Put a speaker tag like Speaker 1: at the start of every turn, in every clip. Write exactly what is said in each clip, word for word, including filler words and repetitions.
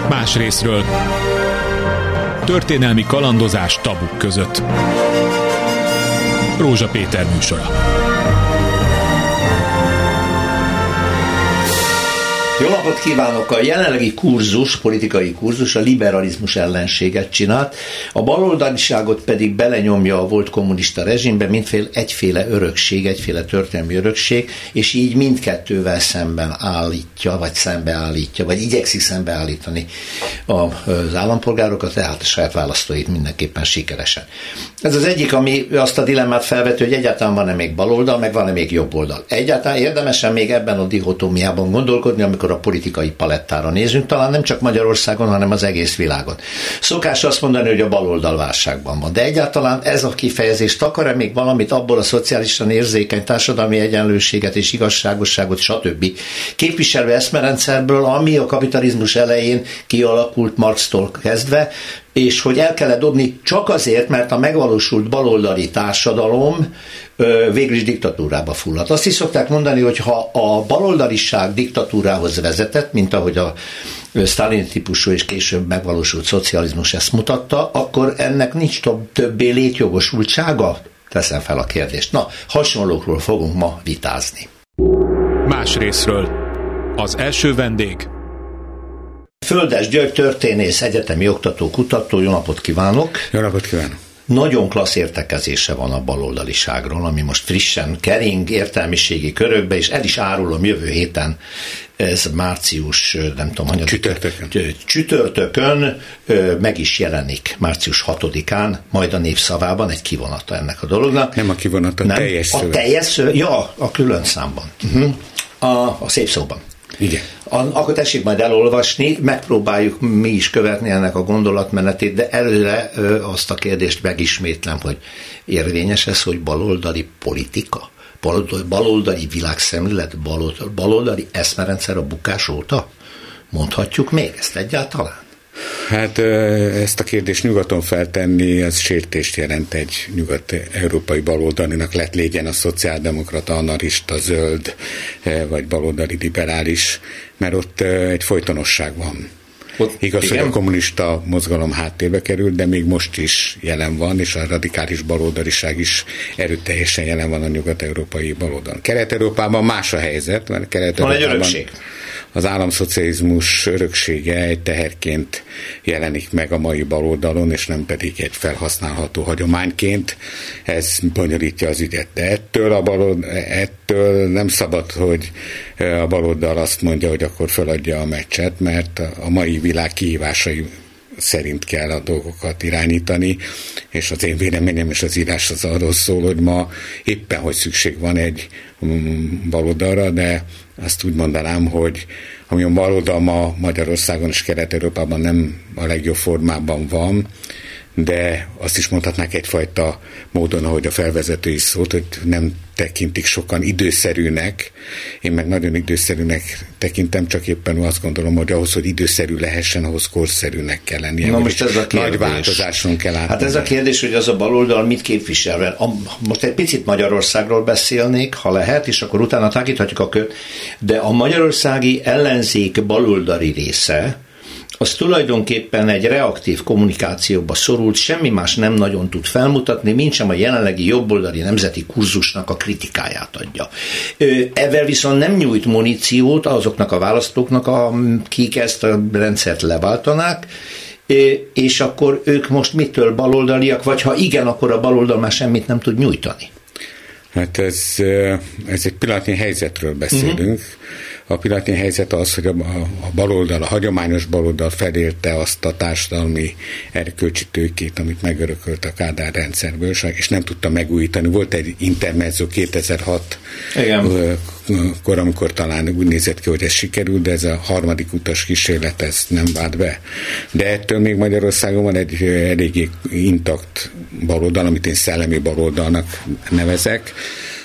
Speaker 1: Más részről. Történelmi kalandozás tabuk között. Rózsa Péter műsora.
Speaker 2: Jó napot kívánok! A jelenlegi kurzus, politikai kurzus a liberalizmus ellenséget csinált, a baloldaliságot pedig belenyomja a volt kommunista rezsimbe, mindféle egyféle örökség, egyféle történelmi örökség, és így mindkettővel szemben állítja, vagy szembeállítja, vagy igyekszik szembeállítani az állampolgárokat, tehát a saját választóit mindenképpen sikeresen. Ez az egyik, ami azt a dilemmát felvető, hogy egyáltalán van-e még baloldal, meg van-e még jobb oldal. Egyáltalán érdemesen még ebben a dihotómiában gondolkodni, amikor a politikai palettára nézünk, talán nem csak Magyarországon, hanem az egész világon. Szokás azt mondani, hogy a baloldal válságban van, de egyáltalán ez a kifejezés akar-e még valamit abból a szociálisan érzékeny társadalmi egyenlőséget és igazságosságot, stb. Képviselő eszmerendszerből, ami a kapitalizmus elején kialakult Marxtól kezdve, és hogy el kellett dobni csak azért, mert a megvalósult baloldali társadalom végül is diktatúrába fulladt. Azt is szokták mondani, hogy ha a baloldaliság diktatúrához vezetett, mint ahogy a Sztálin típusú és később megvalósult szocializmus ezt mutatta, akkor ennek nincs többé létjogosultsága? Teszem fel a kérdést. Na, hasonlókról fogunk ma vitázni.
Speaker 1: Más részről. Az első vendég.
Speaker 2: Földes György történész, egyetemi oktató, kutató, jó napot kívánok!
Speaker 3: Jó napot kívánok!
Speaker 2: Nagyon klassz értekezése van a baloldaliságról, ami most frissen kering értelmiségi körökbe, és el is árulom jövő héten, ez március, nem tudom, hanyadik,
Speaker 3: csütörtökön.
Speaker 2: csütörtökön meg is jelenik, március hatodikán, majd a Népszavában egy kivonata ennek a dolognak.
Speaker 3: Nem a kivonata, a
Speaker 2: nem,
Speaker 3: teljes szöveg.
Speaker 2: A teljes szöveg, ja, a külön számban. Uh-huh. A, a szép szóban.
Speaker 3: Igen.
Speaker 2: Akkor tessék majd elolvasni, megpróbáljuk mi is követni ennek a gondolatmenetét, de előre azt a kérdést megismétlem, hogy érvényes ez, hogy baloldali politika, baloldali világszemlélet, baloldali eszmerendszer a bukás óta? Mondhatjuk még ezt egyáltalán?
Speaker 3: Hát ezt a kérdést nyugaton feltenni, az sértést jelent egy nyugat-európai baloldalinak, lett légyen a szociáldemokrata, anarchista, zöld, vagy baloldali liberális, mert ott egy folytonosság van. Ott, Igaz, igen? Hogy a kommunista mozgalom háttérbe került, de még most is jelen van, és a radikális baloldaliság is erőteljesen jelen van a nyugat-európai baloldalon. Kelet-Európában más a helyzet, mert Kelet-Európában az államszocializmus öröksége egy teherként jelenik meg a mai baloldalon, és nem pedig egy felhasználható hagyományként. Ez bonyolítja az ügyet. De ettől, a balold, ettől nem szabad, hogy a baloldal azt mondja, hogy akkor feladja a meccset, mert a mai világ kihívásai szerint kell a dolgokat irányítani, és az én véleményem és az írás az arról szól, hogy ma éppen, hogy szükség van egy baloldalra, de azt úgy mondanám, hogy ami a baloldal ma Magyarországon és Kelet-Európában nem a legjobb formában van, de azt is mondhatnák egyfajta módon, ahogy a felvezető is szólt, hogy nem tekintik sokan időszerűnek. Én meg nagyon időszerűnek tekintem, csak éppen azt gondolom, hogy ahhoz, hogy időszerű lehessen, ahhoz korszerűnek kell lennie.
Speaker 2: Na most ez a kérdés.
Speaker 3: Nagy változáson kell átmenni.
Speaker 2: Hát ez a kérdés, hogy az a baloldal mit képvisel. Most egy picit Magyarországról beszélnék, ha lehet, és akkor utána tágíthatjuk a kört, de a magyarországi ellenzék baloldali része, az tulajdonképpen egy reaktív kommunikációba szorult, semmi más nem nagyon tud felmutatni, mint sem a jelenlegi jobboldali nemzeti kurzusnak a kritikáját adja. Ezzel viszont nem nyújt muníciót azoknak a választóknak, akik ezt a rendszert leváltanák, és akkor ők most mitől baloldaliak, vagy ha igen, akkor a baloldal már semmit nem tud nyújtani.
Speaker 3: Hát ez, ez egy pillanatnyi helyzetről beszélünk. Uh-huh. A pillanatnyi helyzet az, hogy a, a baloldal, a hagyományos baloldal felélte azt a társadalmi erkölcsi tőkét, amit megörökölt a Kádár rendszerből, és nem tudta megújítani. Volt egy intermezzo kétezer-hat kor, amikor talán úgy nézett ki, hogy ez sikerült, de ez a harmadik utas kísérlet, ez nem vált be. De ettől még Magyarországon van egy eléggé intakt baloldal, amit én szellemi baloldalnak nevezek,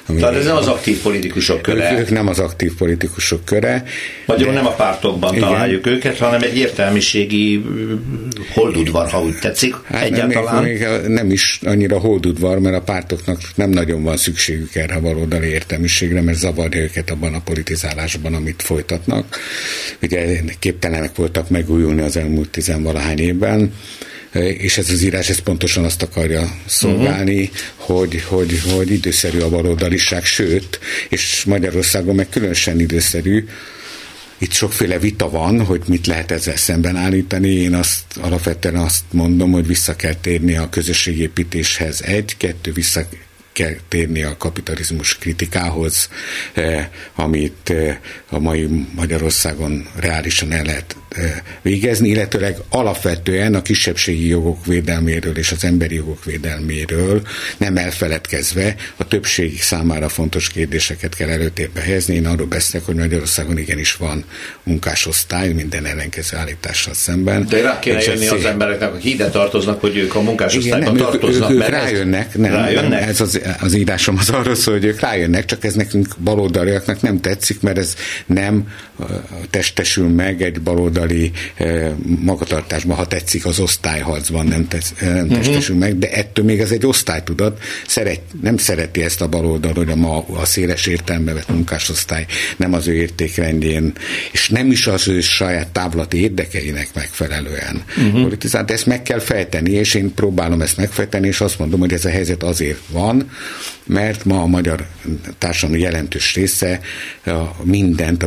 Speaker 2: Tehát ez nem az aktív politikusok köre.
Speaker 3: Ők, ők nem az aktív politikusok köre.
Speaker 2: Magyarul nem a pártokban igen. találjuk őket, hanem egy értelmiségi holdudvar, ha úgy tetszik, hát egyáltalán.
Speaker 3: Még, még nem is annyira holdudvar, mert a pártoknak nem nagyon van szükségük erre a baloldali értelmiségre, mert zavarja őket abban a politizálásban, amit folytatnak. Ugye képtelenek voltak megújulni az elmúlt tizenvalahány évben, és ez az írás ez pontosan azt akarja szolgálni, uh-huh. hogy, hogy, hogy időszerű a baloldaliság, sőt, és Magyarországon meg különösen időszerű. Itt sokféle vita van, hogy mit lehet ezzel szemben állítani. Én azt alapvetően azt mondom, hogy vissza kell térni a közösségépítéshez egy, kettő vissza kell térni a kapitalizmus kritikához, eh, amit eh, a mai Magyarországon reálisan el lehet eh, végezni, illetőleg alapvetően a kisebbségi jogok védelméről és az emberi jogok védelméről nem elfeledkezve a többség számára fontos kérdéseket kell előtérbe helyezni. Én arról beszélek, hogy Magyarországon igenis van munkásosztály minden ellenkező állítással szemben.
Speaker 2: De rá kéne jönni az embereknek, akik ide tartoznak, hogy ők a munkásosztályban tartoznak.
Speaker 3: Ők, ők, ők rájönnek, nem, rájönnek? Nem, ez az az írásom az arról szól, hogy ők rájönnek, csak ez nekünk baloldaliaknak nem tetszik, mert ez nem testesül meg egy baloldali magatartásban, ha tetszik az osztályharcban nem, tesz, nem uh-huh. testesül meg, de ettől még ez egy osztálytudat, szeret, nem szereti ezt a baloldal, hogy a, ma a széles értelembe vett munkásosztály nem az ő értékrendjén, és nem is az ő saját távlati érdekeinek megfelelően uh-huh. politizál, de ezt meg kell fejteni, és én próbálom ezt megfejteni, és azt mondom, hogy ez a helyzet azért van, mert ma a magyar társadalom jelentős része a mindent a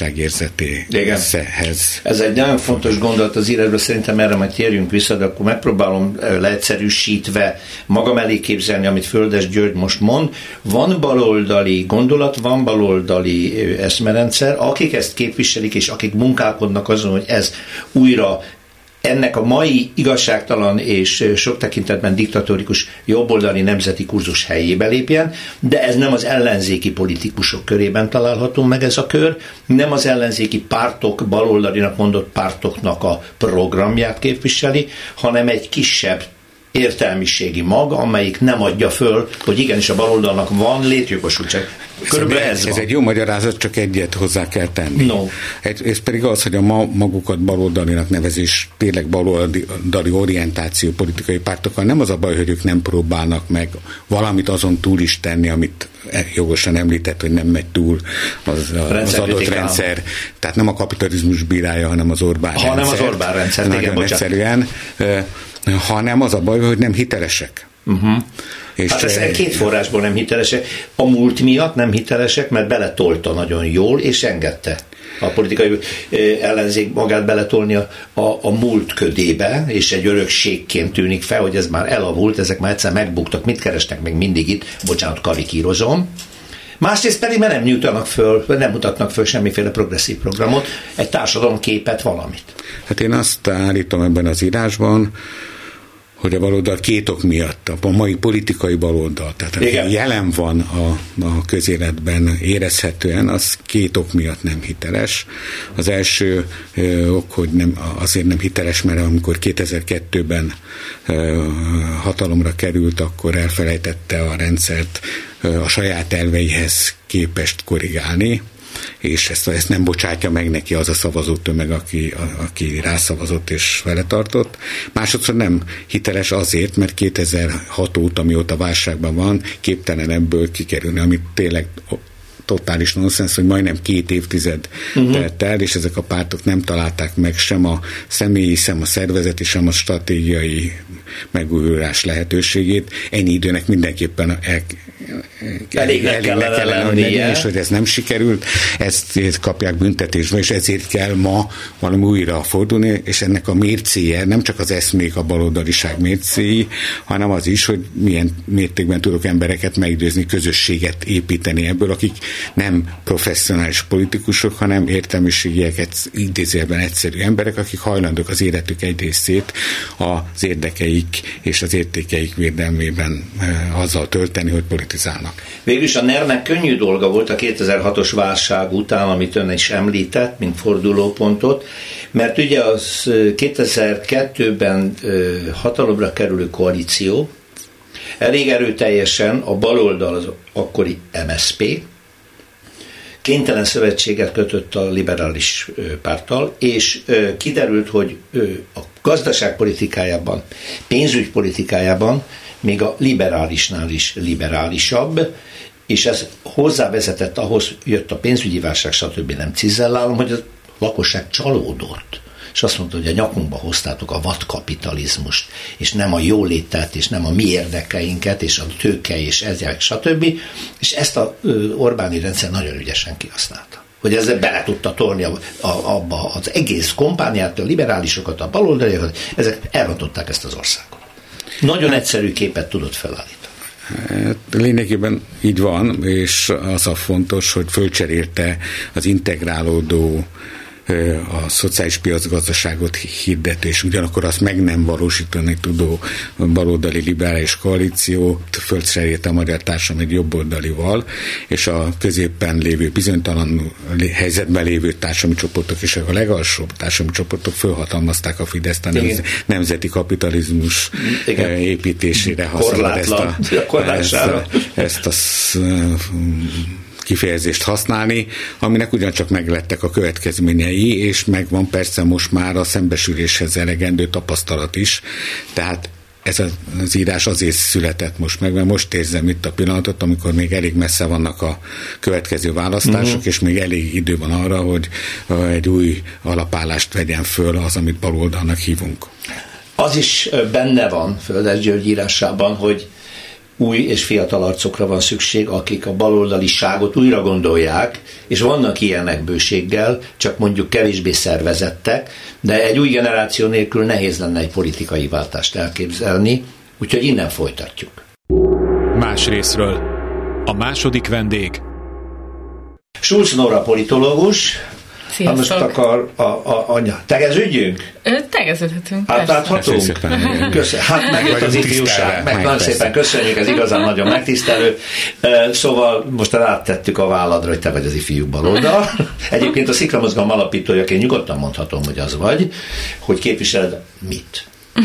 Speaker 3: biztonságérzetéhez.
Speaker 2: Ez egy nagyon fontos gondolat az írásban, szerintem erre majd térjünk vissza, de akkor megpróbálom leegyszerűsítve magam elé képzelni, amit Földes György most mond. Van baloldali gondolat, van baloldali eszmerendszer, akik ezt képviselik, és akik munkálkodnak azon, hogy ez újra ennek a mai igazságtalan és sok tekintetben diktatórikus jobboldali nemzeti kurzus helyébe lépjen, de ez nem az ellenzéki politikusok körében található meg ez a kör, nem az ellenzéki pártok, baloldalinak mondott pártoknak a programját képviseli, hanem egy kisebb értelmiségi mag, amelyik nem adja föl, hogy igenis a baloldalnak van létjogosultság. Körülbelül ez,
Speaker 3: ez egy jó magyarázat, csak egyet hozzá kell tenni.
Speaker 2: No.
Speaker 3: Ez pedig az, hogy a ma magukat baloldalinak nevezés, tényleg baloldali orientáció politikai pártokkal nem az a baj, hogy ők nem próbálnak meg valamit azon túl is tenni, amit jogosan említett, hogy nem megy túl az, az adott rendszer. Tehát nem a kapitalizmus bírálja, hanem az Orbán
Speaker 2: rendszer. Hanem az Orbán rendszer, igen,
Speaker 3: nagyon egyszerűen. Hanem az a baj, hogy nem hitelesek. Uh-huh.
Speaker 2: És hát ez két forrásból nem hitelesek. A múlt miatt nem hitelesek, mert beletolta nagyon jól, és engedte a politikai ellenzék magát beletolni a, a, a múlt ködébe, és egy örökségként tűnik fel, hogy ez már elavult, ezek már egyszer megbuktak, mit keresnek még mindig itt, bocsánat, karikírozom. Másrészt pedig, mert nem nyújtanak föl, nem mutatnak föl semmiféle progresszív programot, egy társadalomképet, valamit.
Speaker 3: Hát én azt állítom ebben az írásban, hogy a baloldal két ok miatt, a mai politikai baloldal, tehát aki jelen van a, a közéletben érezhetően, az két ok miatt nem hiteles. Az első ö, ok, hogy nem, azért nem hiteles, mert amikor kétezer-kettőben ö, hatalomra került, akkor elfelejtette a rendszert ö, a saját elveihez képest korrigálni, és ezt, ezt nem bocsátja meg neki az a szavazótömeg, aki, a, aki rászavazott és vele tartott. Másodszor nem hiteles azért, mert kétezer-hat óta, mióta válságban van, képtelen ebből kikerülni, amit tényleg totális nonsens, hogy majdnem két évtized uh-huh. telt el, és ezek a pártok nem találták meg sem a személyi, sem a szervezeti, sem a stratégiai megújulás lehetőségét. Ennyi időnek mindenképpen el,
Speaker 2: elégnek
Speaker 3: elég
Speaker 2: kellene,
Speaker 3: kellene hogy legyen, és hogy ez nem sikerült, ezt, ezt kapják büntetésbe, és ezért kell ma valami újra fordulni, és ennek a mércéje nem csak az eszmék, a baloldaliság mércéi, hanem az is, hogy milyen mértékben tudok embereket meggyőzni, közösséget építeni ebből, akik nem professzionális politikusok, hanem értelmiségiek, idézőjelben egyszerű emberek, akik hajlandók az életük egy részét az érdekeik és az értékeik védelmében eh, azzal tölteni, hogy politizálnak.
Speaker 2: Végülis a NER-nek könnyű dolga volt a kétezer-hatos válság után, amit ön is említett, mint fordulópontot, mert ugye az kétezer-kettőben hatalomra kerülő koalíció Elég erőteljesen a baloldal, az akkori em es zé pé kénytelen szövetséget kötött a liberális párttal, és kiderült, hogy a gazdaságpolitikájában, pénzügypolitikájában még a liberálisnál is liberálisabb, és ez hozzávezetett ahhoz, jött a pénzügyi válság, stb. Nem cizellálom, hogy a lakosság csalódott. És azt mondta, hogy a nyakunkba hoztátok a vadkapitalizmust, és nem a jólétet, és nem a mi érdekeinket, és a tőke, és ezek, stb. És ezt a Orbáni rendszer nagyon ügyesen kihasználta. Hogy ezzel bele tudta torni a, a, abba az egész kompániát, a liberálisokat, a baloldaliakat, ezek elrontották ezt az országot. Nagyon egyszerű képet tudott felállítani.
Speaker 3: Hát, lényegében így van, és az a fontos, hogy fölcserélte az integrálódó, a szociális piacgazdaságot hirdető, és ugyanakkor azt meg nem valósítani tudó baloldali liberális koalíciót fölcserélte a magyar társadalom egy jobboldalival, és a középen lévő, bizonytalan helyzetben lévő társadalmi csoportok és a legalsóbb társadalmi csoportok fölhatalmazták a Fideszt a nemz- nemzeti kapitalizmus Igen. építésére használva ezt a, ezt a, ezt a kifejezést használni, aminek ugyancsak meglettek a következményei, és megvan persze most már a szembesüléshez elegendő tapasztalat is. Tehát ez az írás azért született most meg, mert most érzem itt a pillanatot, amikor még elég messze vannak a következő választások, uh-huh. és még elég idő van arra, hogy egy új alapállást vegyen föl az, amit baloldalnak hívunk.
Speaker 2: Az is benne van Földes György írásában, hogy új és fiatal arcokra van szükség, akik a baloldaliságot újra gondolják, és vannak ilyenek bőséggel, csak mondjuk kevésbé szervezettek, de egy új generáció nélkül nehéz lenne egy politikai váltást elképzelni, úgyhogy innen folytatjuk.
Speaker 1: Más részről. A második vendég.
Speaker 2: Schulz Nóra politológus.
Speaker 4: Sziasztok.
Speaker 2: Most akar a, a, anya. Tegeződjünk?
Speaker 4: Tegeződhetünk.
Speaker 2: Átláthatunk? Köszönöm. Hát meg az ifjúság. Meg nagyon szépen köszönjük, ez igazán nagyon megtisztelő. Szóval most ráttettük a válladra, hogy te vagy az ifjú baloldal. Egyébként a Szikra Mozgalom alapítójaként nyugodtan mondhatom, hogy az vagy, hogy képviseled mit?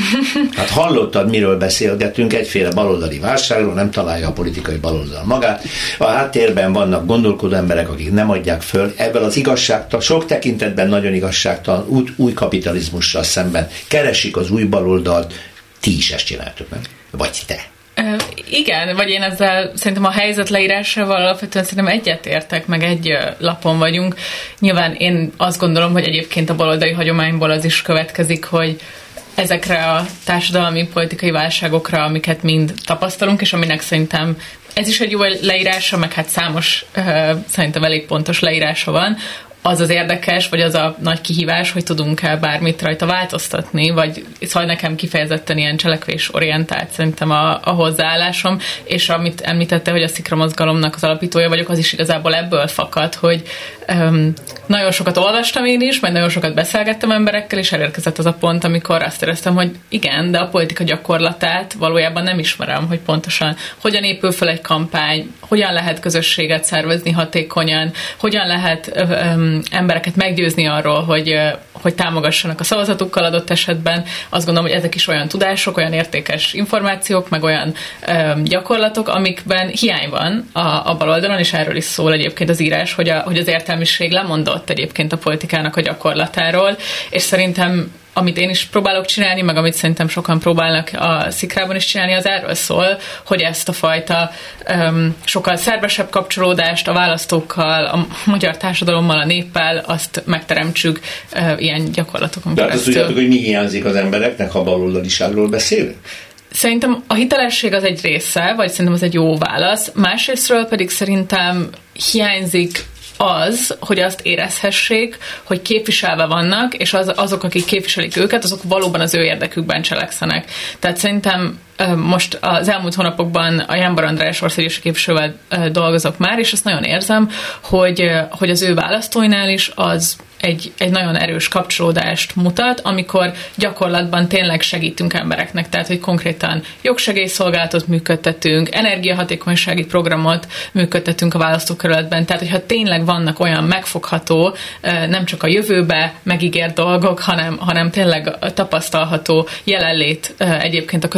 Speaker 2: Hát hallottad, miről beszélgetünk, egyféle baloldali válságról, nem találja a politikai baloldal magát. A háttérben vannak gondolkodó emberek, akik nem adják föl. Ebből az igazságtalan, sok tekintetben nagyon igazságtalan új, új kapitalizmussal szemben keresik az új baloldalt. Ti is ezt csináltok, nem? Vagy te?
Speaker 4: Uh, igen, vagy én ezzel szerintem a helyzet leírásával alapvetően szerintem egyetértek, meg egy uh, lapon vagyunk. Nyilván én azt gondolom, hogy egyébként a baloldali hagyományból az is következik, hogy ezekre a társadalmi, politikai válságokra, amiket mind tapasztalunk, és aminek szerintem ez is egy jó leírása, meg hát számos, uh, szerintem elég pontos leírása van, az az érdekes, vagy az a nagy kihívás, hogy tudunk-e bármit rajta változtatni, vagy szóval nekem kifejezetten ilyen cselekvésorientált szerintem a, a hozzáállásom, és amit említette, hogy a Szikra Mozgalomnak az alapítója vagyok, az is igazából ebből fakad, hogy um, nagyon sokat olvastam én is, meg nagyon sokat beszélgettem emberekkel, és elérkezett az a pont, amikor azt éreztem, hogy igen, de a politika gyakorlatát valójában nem ismerem, hogy pontosan hogyan épül fel egy kampány, hogyan lehet közösséget szervezni hatékonyan, hogyan lehet um, embereket meggyőzni arról, hogy, hogy támogassanak a szavazatukkal adott esetben. Azt gondolom, hogy ezek is olyan tudások, olyan értékes információk, meg olyan um, gyakorlatok, amikben hiány van a, a baloldalon, és erről is szól egyébként az írás, hogy, a, hogy az értelmiség lemondott egyébként a politikának a gyakorlatáról, és szerintem amit én is próbálok csinálni, meg amit szerintem sokan próbálnak a Szikrában is csinálni, az erről szól, hogy ezt a fajta um, sokkal szervesebb kapcsolódást a választókkal, a magyar társadalommal, a néppel, azt megteremtsük uh, ilyen gyakorlatokon
Speaker 2: keresztül. De hát azt tudjátok, hogy mi hiányzik az embereknek, ha baloldaliságról beszélünk?
Speaker 4: Szerintem a hitelesség az egy része, vagy szerintem az egy jó válasz. Másrésztről pedig szerintem hiányzik az, hogy azt érezhessék, hogy képviselve vannak, és az, azok, akik képviselik őket, azok valóban az ő érdekükben cselekszenek. Tehát szerintem most az elmúlt hónapokban a Jánbor András országgyűlési képviselővel dolgozok már, és azt nagyon érzem, hogy, hogy az ő választóinál is az egy, egy nagyon erős kapcsolódást mutat, amikor gyakorlatban tényleg segítünk embereknek, tehát hogy konkrétan jogsegélyszolgálatot működtetünk, energiahatékonysági programot működtetünk a választókerületben, tehát hogyha tényleg vannak olyan megfogható, nem csak a jövőbe megígért dolgok, hanem, hanem tényleg tapasztalható jelenlét egyébként a közösségek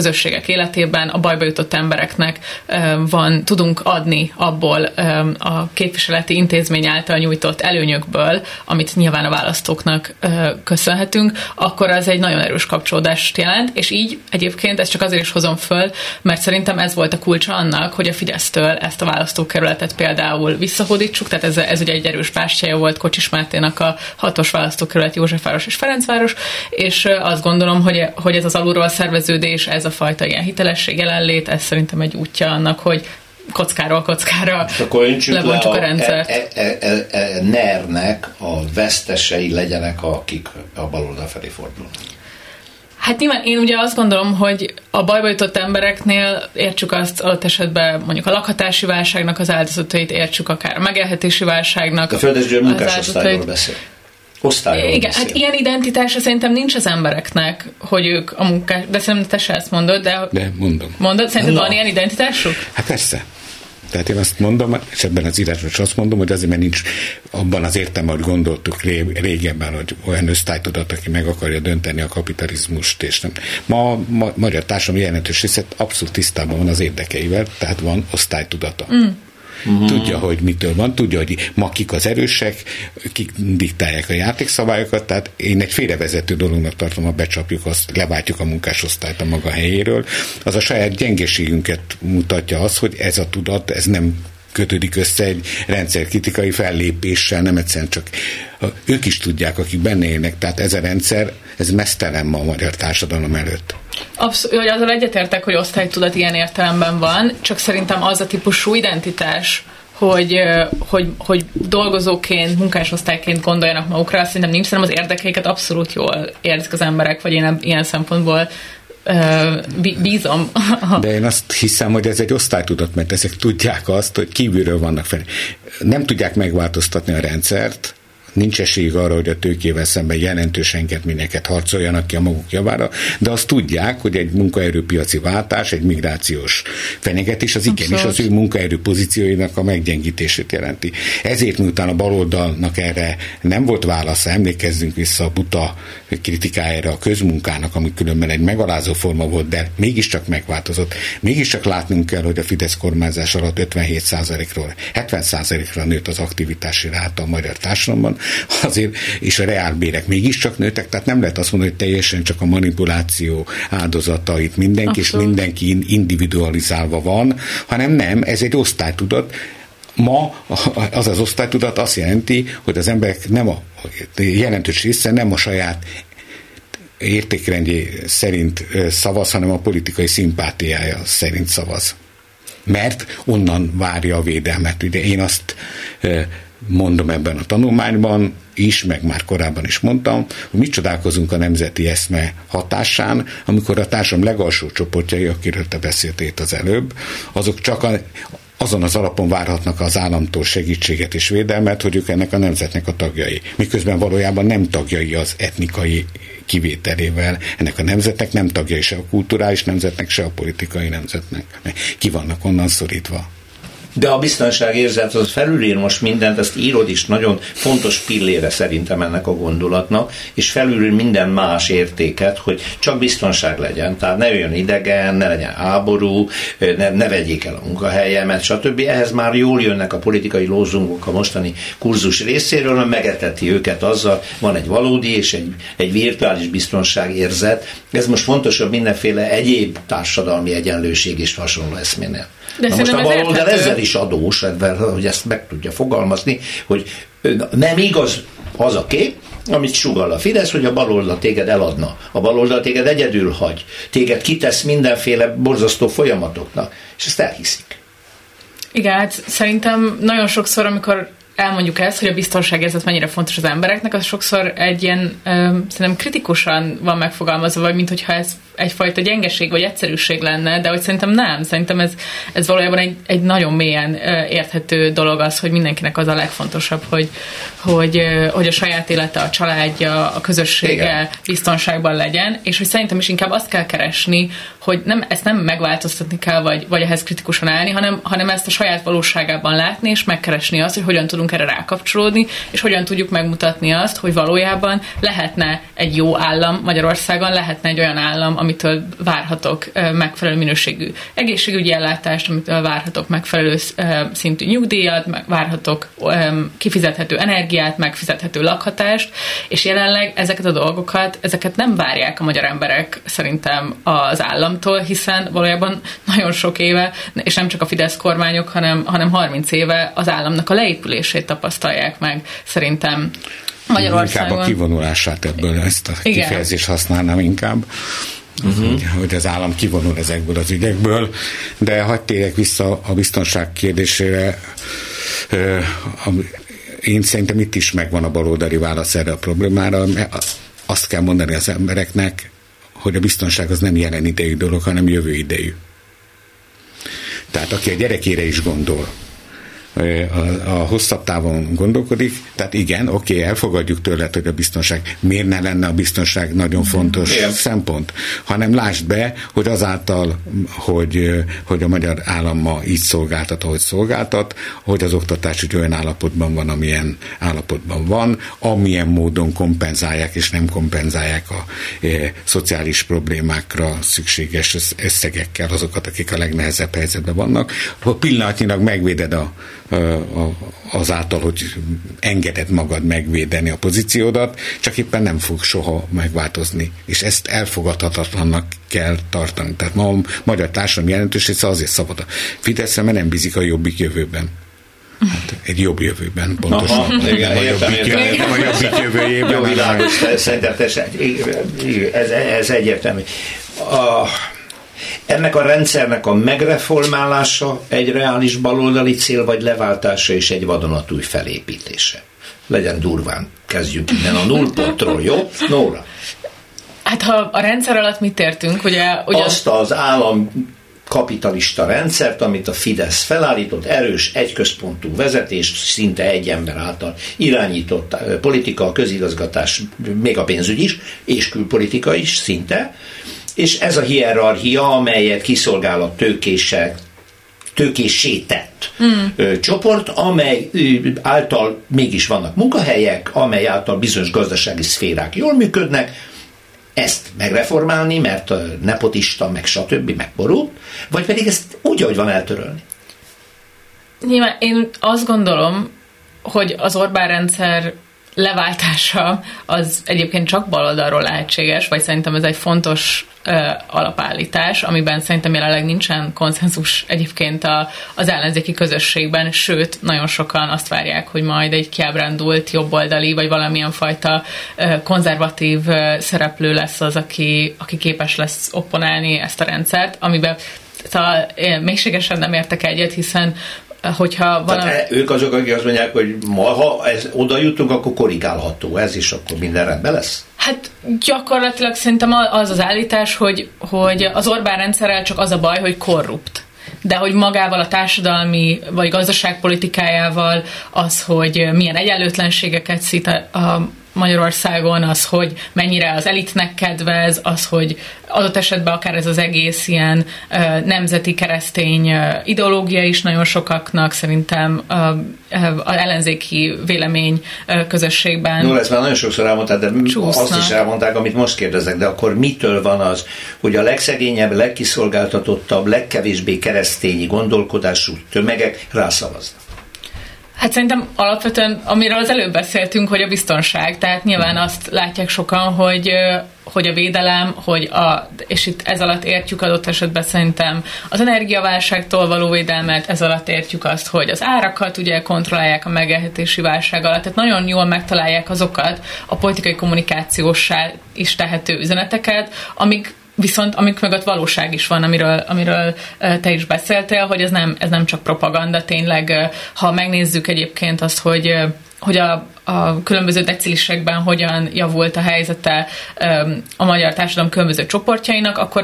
Speaker 4: emberek életében, a bajba jutott embereknek van, tudunk adni abból a képviseleti intézmény által nyújtott előnyökből, amit nyilván a választóknak köszönhetünk, akkor az egy nagyon erős kapcsolódást jelent, és így egyébként ezt csak azért is hozom föl, mert szerintem ez volt a kulcsa annak, hogy a Fidesztől ezt a választókerületet például visszahódítsuk, tehát ez, ez ugye egy erős bástyája volt Kocsis Máténak a hatos választókerület, Józsefváros és Ferencváros, és azt gondolom, hogy, hogy ez az alulról szerveződés, ez a fajta ilyen hitelesség, jelenlét, ez szerintem egy útja annak, hogy kockáról kockára lebontsuk a rendszert.
Speaker 2: E, e, e, e, NER-nek a vesztesei legyenek, akik a baloldal felé fordulnak.
Speaker 4: Hát nyilván én ugye azt gondolom, hogy a bajba jutott embereknél értsük azt adott esetben mondjuk a lakhatási válságnak az áldozatait, értsük akár a megélhetési válságnak.
Speaker 2: A Földes György munkásosztályról beszél. Osztályról
Speaker 4: Igen,
Speaker 2: beszél.
Speaker 4: hát ilyen identitása szerintem nincs az embereknek, hogy ők a munkás, de szerintem te se ezt mondod, de...
Speaker 3: De mondom.
Speaker 4: Mondod? Szerinted
Speaker 2: Na.
Speaker 4: van ilyen identitásuk?
Speaker 3: Hát persze. Tehát én azt mondom, és ebben az írásban is azt mondom, hogy azért, mert nincs abban az értelme, hogy gondoltuk régebben, hogy olyan osztálytudat, aki meg akarja dönteni a kapitalizmust, és nem. Ma a ma, magyar társadalom jelentős része abszolút tisztában van az érdekeivel, tehát van osztálytudata. Mm. Tudja, hogy mitől van, tudja, hogy ma kik az erősek, kik diktálják a játékszabályokat, tehát én egy félrevezető dolognak tartom, ha becsapjuk azt, leváltjuk a munkásosztályt a maga helyéről. Az a saját gyengeségünket mutatja az, hogy ez a tudat, ez nem kötődik össze egy rendszerkritikai fellépéssel, nem egyszerűen csak ők is tudják, akik benne élnek, tehát ez a rendszer, ez meztelen ma a magyar társadalom előtt.
Speaker 4: Abszolút, hogy azzal egyetértek, hogy osztálytudat ilyen értelemben van, csak szerintem az a típusú identitás, hogy, hogy, hogy dolgozóként, munkásosztályként gondoljanak magukra, azt szerintem nincs, szerintem az érdekeiket abszolút jól érzik az emberek, vagy én ilyen szempontból bízom.
Speaker 3: De én azt hiszem, hogy ez egy osztálytudat, mert ezek tudják azt, hogy kívülről vannak fel. Nem tudják megváltoztatni a rendszert, nincs esély arra, hogy a tőkével szemben jelentős engedményeket harcoljanak ki a maguk javára, de azt tudják, hogy egy munkaerőpiaci váltás, egy migrációs fenyegetés, az igenis az ő munkaerő pozícióinak a meggyengítését jelenti. Ezért miután a baloldalnak erre nem volt válasza, emlékezzünk vissza a buta kritikájára a közmunkának, ami különben egy megalázó forma volt, de mégiscsak megváltozott. Mégiscsak látnunk kell, hogy a Fidesz kormányzás alatt ötvenhét százalékról hetven százalékra nőtt az aktivitási ráta a magyar társadalomban, azért, és a reálbérek mégiscsak nőttek, tehát nem lehet azt mondani, hogy teljesen csak a manipuláció áldozatait mindenki, Abszolút. És mindenki individualizálva van, hanem nem, ez egy osztálytudat. Ma az az osztálytudat azt jelenti, hogy az emberek nem a jelentős része nem a saját értékrendjé szerint szavaz, hanem a politikai szimpátiája szerint szavaz. Mert onnan várja a védelmet. Ugye én azt mondom ebben a tanulmányban is, meg már korábban is mondtam, hogy mit csodálkozunk a nemzeti eszme hatásán, amikor a társadalom legalsó csoportjai, akiről te beszéltél az előbb, azok csak a, azon az alapon várhatnak az államtól segítséget és védelmet, hogy ők ennek a nemzetnek a tagjai. Miközben valójában nem tagjai az etnikai kivételével. Ennek a nemzetnek nem tagjai se a kulturális nemzetnek, se a politikai nemzetnek. Ki vannak onnan szorítva.
Speaker 2: De a biztonságérzet az felülír most mindent, ezt írod is, nagyon fontos pillére szerintem ennek a gondolatnak, és felülír minden más értéket, hogy csak biztonság legyen, tehát ne jöjjön idegen, ne legyen háború, ne, ne vegyék el a munkahelyemet, stb. Ehhez már jól jönnek a politikai lózungok a mostani kurzus részéről, mert megeteti őket azzal, van egy valódi és egy, egy virtuális biztonságérzet. Ez most fontosabb mindenféle egyéb társadalmi egyenlőség és hasonló eszménél.
Speaker 4: De
Speaker 2: Na most a baloldal ezzel is adós, hogy ezt meg tudja fogalmazni, hogy nem igaz az a kép, amit sugall a Fidesz, hogy a baloldal téged eladna. A baloldal téged egyedül hagy. Téged kitesz mindenféle borzasztó folyamatoknak. És ezt elhiszik.
Speaker 4: Igen, hát szerintem nagyon sokszor, amikor elmondjuk ezt, hogy a biztonságérzet mennyire fontos az embereknek, az sokszor egy ilyen, ö, szerintem kritikusan van megfogalmazva, vagy mint hogyha ez egyfajta gyengeség vagy egyszerűség lenne, de hogy szerintem nem. Szerintem ez, ez valójában egy, egy nagyon mélyen ö, érthető dolog az, hogy mindenkinek az a legfontosabb, hogy, hogy, ö, hogy a saját élete, a családja, a közössége Igen. biztonságban legyen, és hogy szerintem is inkább azt kell keresni, hogy nem, ezt nem megváltoztatni kell, vagy, vagy ehhez kritikusan állni, hanem, hanem ezt a saját valóságában látni, és megkeresni azt, hogy hogyan tudunk erre rákapcsolódni, és hogyan tudjuk megmutatni azt, hogy valójában lehetne egy jó állam Magyarországon, lehetne egy olyan állam, amitől várhatok megfelelő minőségű egészségügyi ellátást, amitől várhatok megfelelő szintű nyugdíjat, várhatok kifizethető energiát, megfizethető lakhatást, és jelenleg ezeket a dolgokat, ezeket nem várják a magyar emberek szerintem az államtól, hiszen valójában nagyon sok éve, és nem csak a Fidesz kormányok, hanem, hanem harminc éve az államnak a leépülését tapasztalják meg szerintem Magyarországon.
Speaker 3: Inkább a kivonulását ebből, ezt a Igen. kifejezést használnám inkább, uh-huh. hogy az állam kivonul ezekből az ügyekből, de hadd térjek vissza a biztonság kérdésére. Én szerintem itt is megvan a baloldali válasz erre a problémára. Azt kell mondani az embereknek, hogy a biztonság az nem jelen idejű dolog, hanem jövő idejű. Tehát aki a gyerekére is gondol, A, a hosszabb távon gondolkodik, tehát igen, oké, okay, elfogadjuk tőled, hogy a biztonság, miért ne lenne a biztonság nagyon fontos igen. szempont, hanem lásd be, hogy azáltal, hogy, hogy a magyar állam ma így szolgáltat, ahogy szolgáltat, hogy az oktatás úgy olyan állapotban van, amilyen állapotban van, amilyen módon kompenzálják és nem kompenzálják a e, szociális problémákra szükséges összegekkel azokat, akik a legnehezebb helyzetben vannak, hogy pillanatnyilag megvéded a azáltal, hogy engeded magad megvédeni a pozíciódat, csak éppen nem fog soha megváltozni. És ezt elfogadhatatlannak kell tartani. Tehát ma a magyar társadalom jelentős része azért szabad a Fideszre, mert nem bízik a Jobbik jövőben. Hát egy jobb jövőben, pontosan. Aha, igen,
Speaker 2: a
Speaker 3: értem, jobbik,
Speaker 2: értem.
Speaker 3: Jövő, a jobbik jövőjében.
Speaker 2: Jó, világos, szerintem ez, ez egyértelmű. A Ennek a rendszernek a megreformálása egy reális baloldali cél, vagy leváltása és egy vadonatúj felépítése? Legyen durván. Kezdjünk innen a nullpontról, jó? Nóra.
Speaker 4: Hát ha a rendszer alatt mit értünk? Ugye, ugye...
Speaker 2: Azt az állam kapitalista rendszert, amit a Fidesz felállított, erős, egyközpontú vezetés, szinte egy ember által irányított politika, közigazgatás, még a pénzügy is, és külpolitika is szinte, és ez a hierarchia, amelyet kiszolgál a tőkések, tőkésített mm. csoport, amely által mégis vannak munkahelyek, amely által bizonyos gazdasági szférák jól működnek, ezt megreformálni, mert a nepotista, meg stb. Megborult, vagy pedig ezt úgy, ahogy van, eltörölni?
Speaker 4: Nyilván én azt gondolom, hogy az Orbán rendszer leváltása az egyébként csak baloldalról lehetséges, vagy szerintem ez egy fontos uh, alapállítás, amiben szerintem jelenleg nincsen konszenzus egyébként a, az ellenzéki közösségben, sőt, nagyon sokan azt várják, hogy majd egy kiábrándult jobboldali, vagy valamilyen fajta uh, konzervatív uh, szereplő lesz az, aki, aki képes lesz opponálni ezt a rendszert, amiben szóval, én mélységesen nem értek egyet, hiszen hogyha valami...
Speaker 2: Tehát ők azok, akik azt mondják, hogy ma, ha ez, oda jutunk, akkor korrigálható ez, és akkor minden rendben lesz?
Speaker 4: Hát gyakorlatilag szerintem az az állítás, hogy, hogy az Orbán rendszerrel csak az a baj, hogy korrupt. De hogy magával a társadalmi vagy gazdaságpolitikájával az, hogy milyen egyenlőtlenségeket szít a Magyarországon, az, hogy mennyire az elitnek kedvez, az, hogy adott esetben akár ez az egész ilyen uh, nemzeti keresztény uh, ideológia is nagyon sokaknak szerintem uh, uh, az ellenzéki vélemény uh, közösségben.
Speaker 2: No, ezt már nagyon sokszor elmondták, de csúsznak. Azt is elmondták, amit most kérdezek, de akkor mitől van az, hogy a legszegényebb, legkiszolgáltatottabb, legkevésbé keresztényi gondolkodású tömegek rászavaznak?
Speaker 4: Hát szerintem alapvetően, amiről az előbb beszéltünk, hogy a biztonság, tehát nyilván azt látják sokan, hogy, hogy a védelem, hogy a, és itt ez alatt értjük adott esetben szerintem az energiaválságtól való védelmet, ez alatt értjük azt, hogy az árakat ugye kontrollálják a megélhetési válság alatt, tehát nagyon jól megtalálják azokat a politikai kommunikációssá is tehető üzeneteket, amik viszont amik mögött valóság is van, amiről, amiről te is beszéltél, hogy ez nem, ez nem csak propaganda, tényleg, ha megnézzük egyébként azt, hogy, hogy a, a különböző decilisekben hogyan javult a helyzete a magyar társadalom különböző csoportjainak, akkor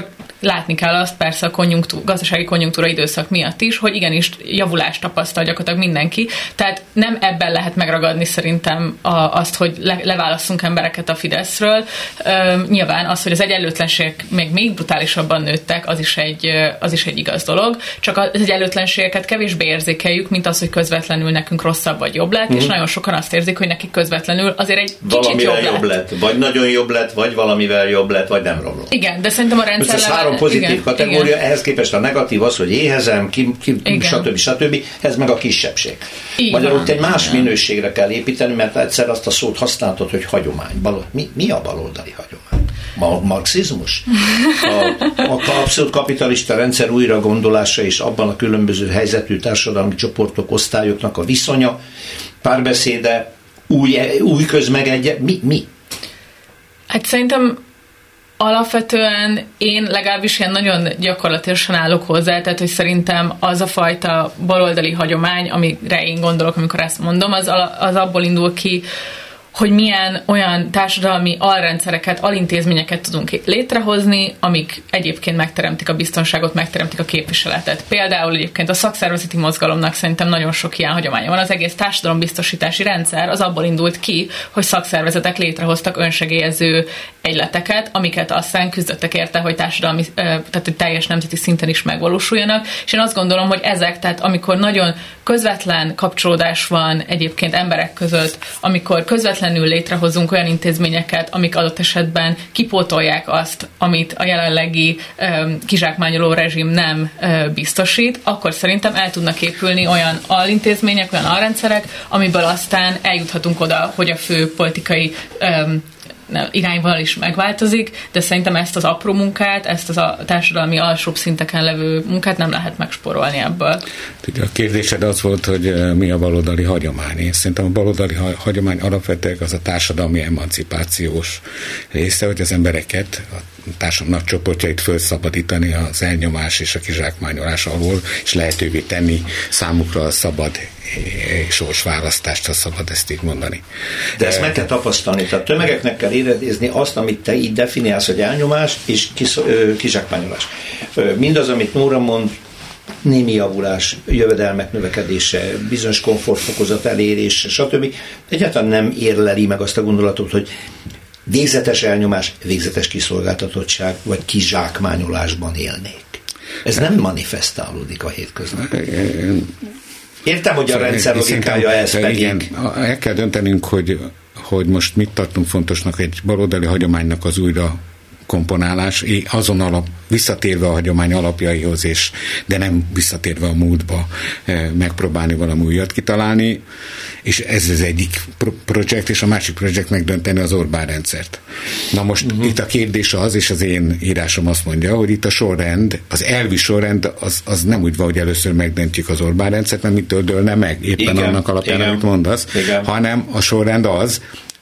Speaker 4: látni kell azt persze a konjunktúra, gazdasági konjunktúra időszak miatt is, hogy igenis javulást tapasztal gyakorlatilag mindenki. Tehát nem ebben lehet megragadni szerintem a, azt, hogy le, leválasszunk embereket a Fideszről. Üm, nyilván az, hogy az egyenlőtlenségek még, még brutálisabban nőttek, az is egy, az is egy igaz dolog. Csak az egyenlőtlenségeket kevésbé érzékeljük, mint az, hogy közvetlenül nekünk rosszabb vagy jobb lett, mm. és nagyon sokan azt érzik, hogy nekik közvetlenül azért egy kicsit jobb lett. jobb lett.
Speaker 2: Vagy nagyon jobb lett, vagy valamivel jobb lett, vagy nem romlott.
Speaker 4: Igen, de szerintem a rendszer...
Speaker 2: Ez három pozitív igen, kategória, igen. Ehhez képest a negatív az, hogy éhezem, ki, ki, stb. stb. Ez meg a kisebbség. Igen, magyarul egy más igen. minőségre kell építeni, mert egyszer azt a szót használtad, hogy hagyomány. Bal, mi, mi a baloldali hagyomány? Ma, marxizmus? A, a abszolút kapitalista rendszer újra gondolása és abban a különböző helyzetű társadalmi csoportok, osztályoknak a viszonya, párbeszéde, új, új közmegegye, mi? mi?
Speaker 4: Hát szerintem alapvetően én legalábbis ilyen nagyon gyakorlatilag állok hozzá, tehát hogy szerintem az a fajta baloldali hagyomány, amire én gondolok, amikor ezt mondom, az, az abból indul ki, hogy milyen olyan társadalmi alrendszereket, alintézményeket tudunk létrehozni, amik egyébként megteremtik a biztonságot, megteremtik a képviseletet. Például egyébként a szakszervezeti mozgalomnak szerintem nagyon sok ilyen hagyománya van. Az egész társadalombiztosítási rendszer az abból indult ki, hogy szakszervezetek létrehoztak önsegélyező egyleteket, amiket aztán küzdöttek érte, hogy társadalmi, tehát hogy teljes nemzeti szinten is megvalósuljanak. És én azt gondolom, hogy ezek, tehát amikor nagyon közvetlen kapcsolódás van egyébként emberek között, amikor közvetlenül létrehozunk olyan intézményeket, amik adott esetben kipótolják azt, amit a jelenlegi um, kizsákmányoló rezsim nem uh, biztosít, akkor szerintem el tudnak épülni olyan alintézmények, olyan alrendszerek, amiből aztán eljuthatunk oda, hogy a fő politikai um, irányvonal is megváltozik, de szerintem ezt az apró munkát, ezt az a társadalmi alsóbb szinteken levő munkát nem lehet megspórolni ebből.
Speaker 3: A kérdésed az volt, hogy mi a baloldali hagyomány. Én szerintem a baloldali hagyomány alapvetően az a társadalmi emancipációs része, hogy az embereket, a társadalom nagy csoportjait felszabadítani az elnyomás és a kizsákmányolás alól, és lehetővé tenni számukra a szabad sorsválasztást, ha szabad ezt így mondani.
Speaker 2: De ezt meg kell tapasztalni, tehát tömegeknek kell érezni azt, amit te így definiálsz, hogy elnyomás és kizsákmányolás. Mindaz, amit Nóra mond, némi javulás, jövedelmek növekedése, bizonyos komfortfokozat elérése, stb. Egyáltalán nem érleli meg azt a gondolatot, hogy végzetes elnyomás, végzetes kiszolgáltatottság, vagy kizsákmányolásban élnék. Ez nem manifestálódik a hétköznapokban. Értem, hogy a rendszer logikája ez pedig.
Speaker 3: Igen, el kell döntenünk, hogy, hogy most mit tartunk fontosnak egy baloldali hagyománynak az újra komponálás, azon alap, visszatérve a hagyomány alapjaihoz, és, de nem visszatérve a múltba megpróbálni valami újat kitalálni, és ez az egyik projekt, és a másik projekt megdönteni az Orbán rendszert. Na most uh-huh. itt a kérdés az, és az én írásom azt mondja, hogy itt a sorrend, az elvi sorrend az, az nem úgy van, hogy először megdöntjük az Orbán rendszert, mert mitől dőlne meg, éppen igen, annak alapján, igen, amit mondasz, igen. hanem a sorrend az,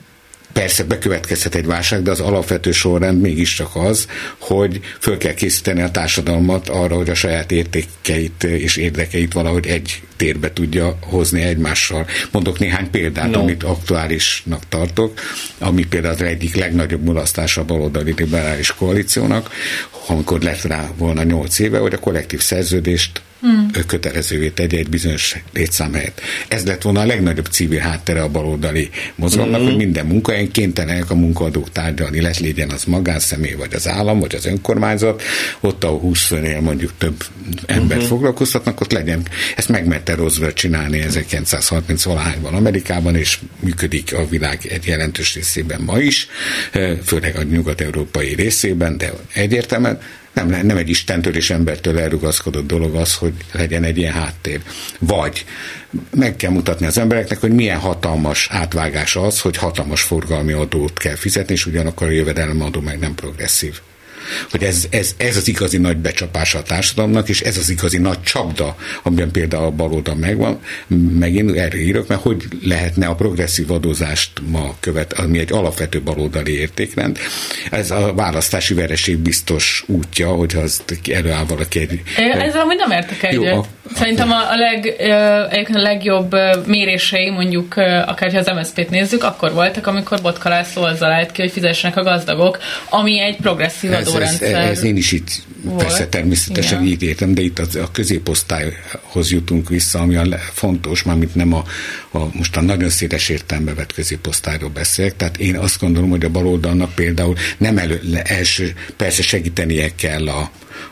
Speaker 3: persze bekövetkezhet egy válság, de az alapvető sorrend mégiscsak az, hogy föl kell készíteni a társadalmat arra, hogy a saját értékeit és érdekeit valahogy egy térbe tudja hozni egymással. Mondok néhány példát, no. amit aktuálisnak tartok, ami például az egyik legnagyobb mulasztása a baloldali liberális koalíciónak, amikor lett rá volna nyolc éve, hogy a kollektív szerződést Hmm. kötelezővé tegye egy bizonyos létszám helyett. Ez lett volna a legnagyobb civil háttere a baloldali mozgalomnak, hmm. hogy minden munkahelyen kénytelenek a munkaadók tárgyalni, lett legyen az magánszemély, vagy az állam, vagy az önkormányzat, ott ahol húsz főnél mondjuk több embert hmm. foglalkoztatnak, ott legyen. Ezt megmerte Roosevelt csinálni ezerkilencszázharminc-valahányban Amerikában, és működik a világ egy jelentős részében ma is, főleg a nyugat-európai részében, de egyértelműen Nem, nem egy istentől és embertől elrugaszkodott dolog az, hogy legyen egy ilyen háttér. Vagy meg kell mutatni az embereknek, hogy milyen hatalmas átvágás az, hogy hatalmas forgalmi adót kell fizetni, és ugyanakkor a jövedelemadó meg nem progresszív. Hogy ez, ez, ez az igazi nagy becsapása a társadalomnak, és ez az igazi nagy csapda, amiben például a baloldal megvan, megint erre írok, mert hogy lehetne a progresszív adózást ma követ, ami egy alapvető baloldali értékrend. Ez a választási vereség biztos útja, hogyha azt előáll valaki egy...
Speaker 4: Ezzel amúgy nem értek egyet.
Speaker 3: Jó,
Speaker 4: Szerintem a, a, leg, a legjobb mérései, mondjuk akár ha az em es zé pét nézzük, akkor voltak, amikor Botka László azzal állt ki, hogy fizessenek a gazdagok, ami egy progresszív adórendszer.
Speaker 3: Ez, ez, ez én is itt volt. Persze természetesen igen. Így értem, de itt a, a középosztályhoz jutunk vissza, ami a fontos, mármint nem a, a most a nagyon széles értelembe vett középosztályról beszélek, tehát én azt gondolom, hogy a baloldalnak például nem elő, első, persze segítenie kell a,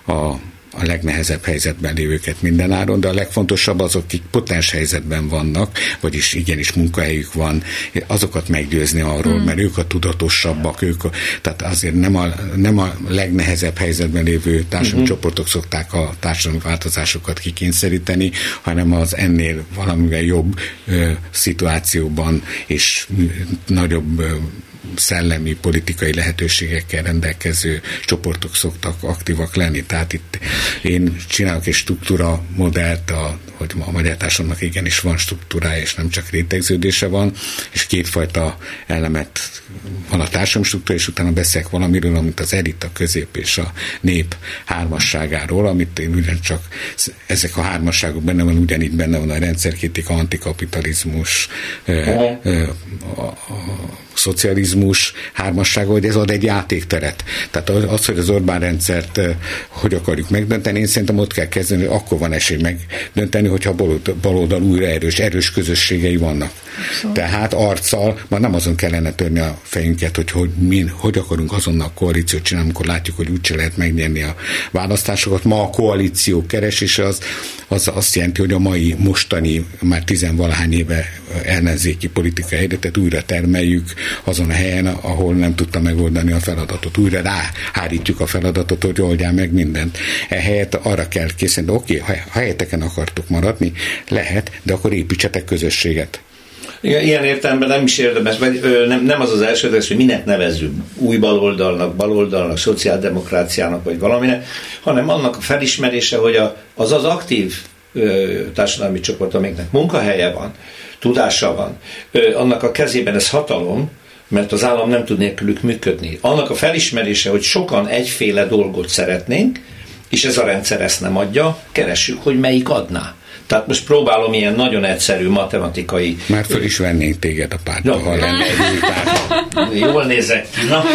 Speaker 3: a a legnehezebb helyzetben lévőket mindenáron, de a legfontosabb azok, akik potens helyzetben vannak, vagyis igenis munkahelyük van, azokat meggyőzni arról, hmm. mert ők a tudatosabbak, ők a, tehát azért nem a, nem a legnehezebb helyzetben lévő társadalmi hmm. csoportok szokták a társadalmi változásokat kikényszeríteni, hanem az ennél valamivel jobb ö, szituációban és nagyobb ö, szellemi, politikai lehetőségekkel rendelkező csoportok szoktak aktívak lenni. Tehát itt én csinálok egy struktúra modellt, a, hogy a magyar társadalomnak igenis van struktúrája, és nem csak rétegződése van, és kétfajta elemet van a társadalmi struktúra, és utána beszélek valamiről, amit az elit, a közép és a nép hármasságáról, amit én ugyancsak ezek a hármasságok benne van, ugyanígy benne van a rendszerkritika, antikapitalizmus, a, a, a, a szocializmus hármassága, hogy ez ad egy játékteret. Tehát az, hogy az Orbán rendszert hogy akarjuk megdönteni, én szerintem ott kell kezdeni, hogy akkor van esély megdönteni, hogyha a baloldal újra erős, erős közösségei vannak. Szóval. Tehát arccal, már nem azon kellene törni a fejünket, hogy hogy, min, hogy akarunk azonnal koalíciót csinálni, amikor látjuk, hogy úgyse lehet megnyerni a választásokat. Ma a koalíció keresése az, az azt jelenti, hogy a mai, mostani, már tizenvalahány éve ellenzéki politikai helyzetet újra termeljük azon a helyen, ahol nem tudta megoldani a feladatot. Újra ráhárítjuk a feladatot, hogy oldjál meg mindent. Ehelyett arra kell készíteni, oké, okay, ha helyeteken akartok maradni, lehet, de akkor építsetek közösséget.
Speaker 2: Ilyen értelemben nem is érdemes, vagy nem, nem az az elsődleges, hogy minek nevezzük új baloldalnak, baloldalnak, szociáldemokráciának, vagy valaminek, hanem annak a felismerése, hogy a, az az aktív ö, társadalmi csoport, amiknek munkahelye van, tudása van, ö, annak a kezében ez hatalom, mert az állam nem tud nélkülük működni. Annak a felismerése, hogy sokan egyféle dolgot szeretnénk, és ez a rendszer ezt nem adja, keressük, hogy melyik adná. Tehát most próbálom ilyen nagyon egyszerű matematikai...
Speaker 3: Már föl is vennénk téged a pártba, no. ha lenne egy új párt.
Speaker 2: Jól nézek ki, na.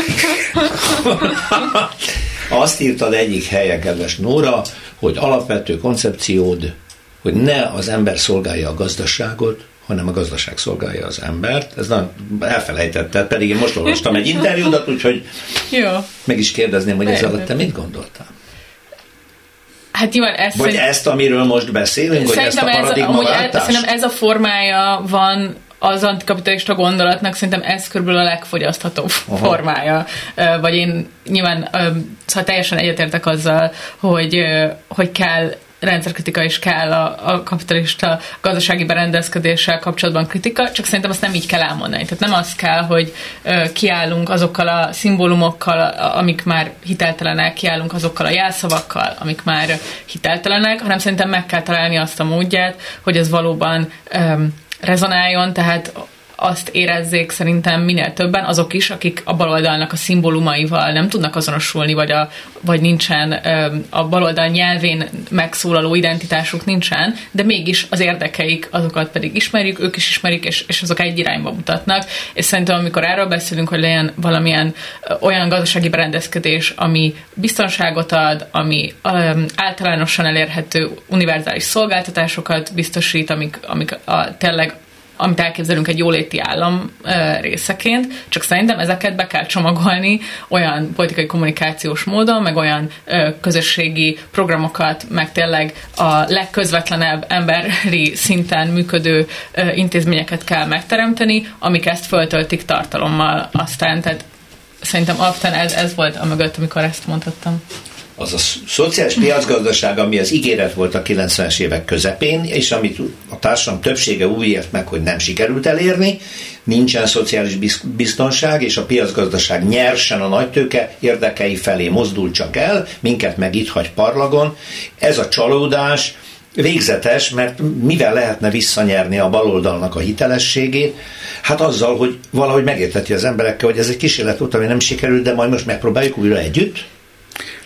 Speaker 2: Azt írtad egyik helyen, kedves Nóra, hogy alapvető koncepciód, hogy ne az ember szolgálja a gazdaságot, hanem a gazdaság szolgálja az embert. Ez nem elfelejtetted, pedig én most olvastam egy interjúdat, úgyhogy jó. Meg is kérdezném, hogy ezzel alatt te mit gondoltál?
Speaker 4: Hát nyilván ezt
Speaker 2: Vagy szerint... ezt, amiről most beszélünk, hogy ezt a paradigmaváltást?
Speaker 4: Szerintem ez a formája van az antikapitalista gondolatnak, szerintem ez körülbelül a legfogyaszthatóbb Aha. formája. Vagy én nyilván szóval teljesen egyetértek azzal, hogy, hogy kell rendszerkritika is kell a, a kapitalista gazdasági berendezkedéssel kapcsolatban kritika, csak szerintem azt nem így kell elmondani. Tehát nem az kell, hogy uh, kiállunk azokkal a szimbólumokkal, amik már hiteltelenek, kiállunk azokkal a jelszavakkal, amik már hiteltelenek, hanem szerintem meg kell találni azt a módját, hogy ez valóban um, rezonáljon, tehát azt érezzék szerintem minél többen azok is, akik a baloldalnak a szimbólumaival nem tudnak azonosulni, vagy, a, vagy nincsen a baloldal nyelvén megszólaló identitásuk nincsen, de mégis az érdekeik, azokat pedig ismerjük, ők is ismerik, és, és azok egy irányba mutatnak. És szerintem, amikor erről beszélünk, hogy legyen valamilyen olyan gazdasági berendezkedés, ami biztonságot ad, ami um, általánosan elérhető univerzális szolgáltatásokat biztosít, amik, amik a, tényleg amit elképzelünk egy jóléti állam uh, részeként, csak szerintem ezeket be kell csomagolni olyan politikai kommunikációs módon, meg olyan uh, közösségi programokat, meg tényleg a legközvetlenebb emberi szinten működő uh, intézményeket kell megteremteni, amik ezt föltöltik tartalommal aztán, tehát szerintem alapvetően ez, ez volt a mögött, amikor ezt mondhattam.
Speaker 2: Az a szociális piacgazdaság, ami az ígéret volt a kilencvenes évek közepén, és amit a társadalom többsége úgy ért meg, hogy nem sikerült elérni, nincsen szociális biztonság, és a piacgazdaság nyersen a nagytőke érdekei felé mozdul csak el, minket meg itt hagy parlagon. Ez a csalódás végzetes, mert mivel lehetne visszanyerni a baloldalnak a hitelességét? Hát azzal, hogy valahogy megérteti az emberekkel, hogy ez egy kísérlet volt, ami nem sikerült, de majd most megpróbáljuk újra együtt.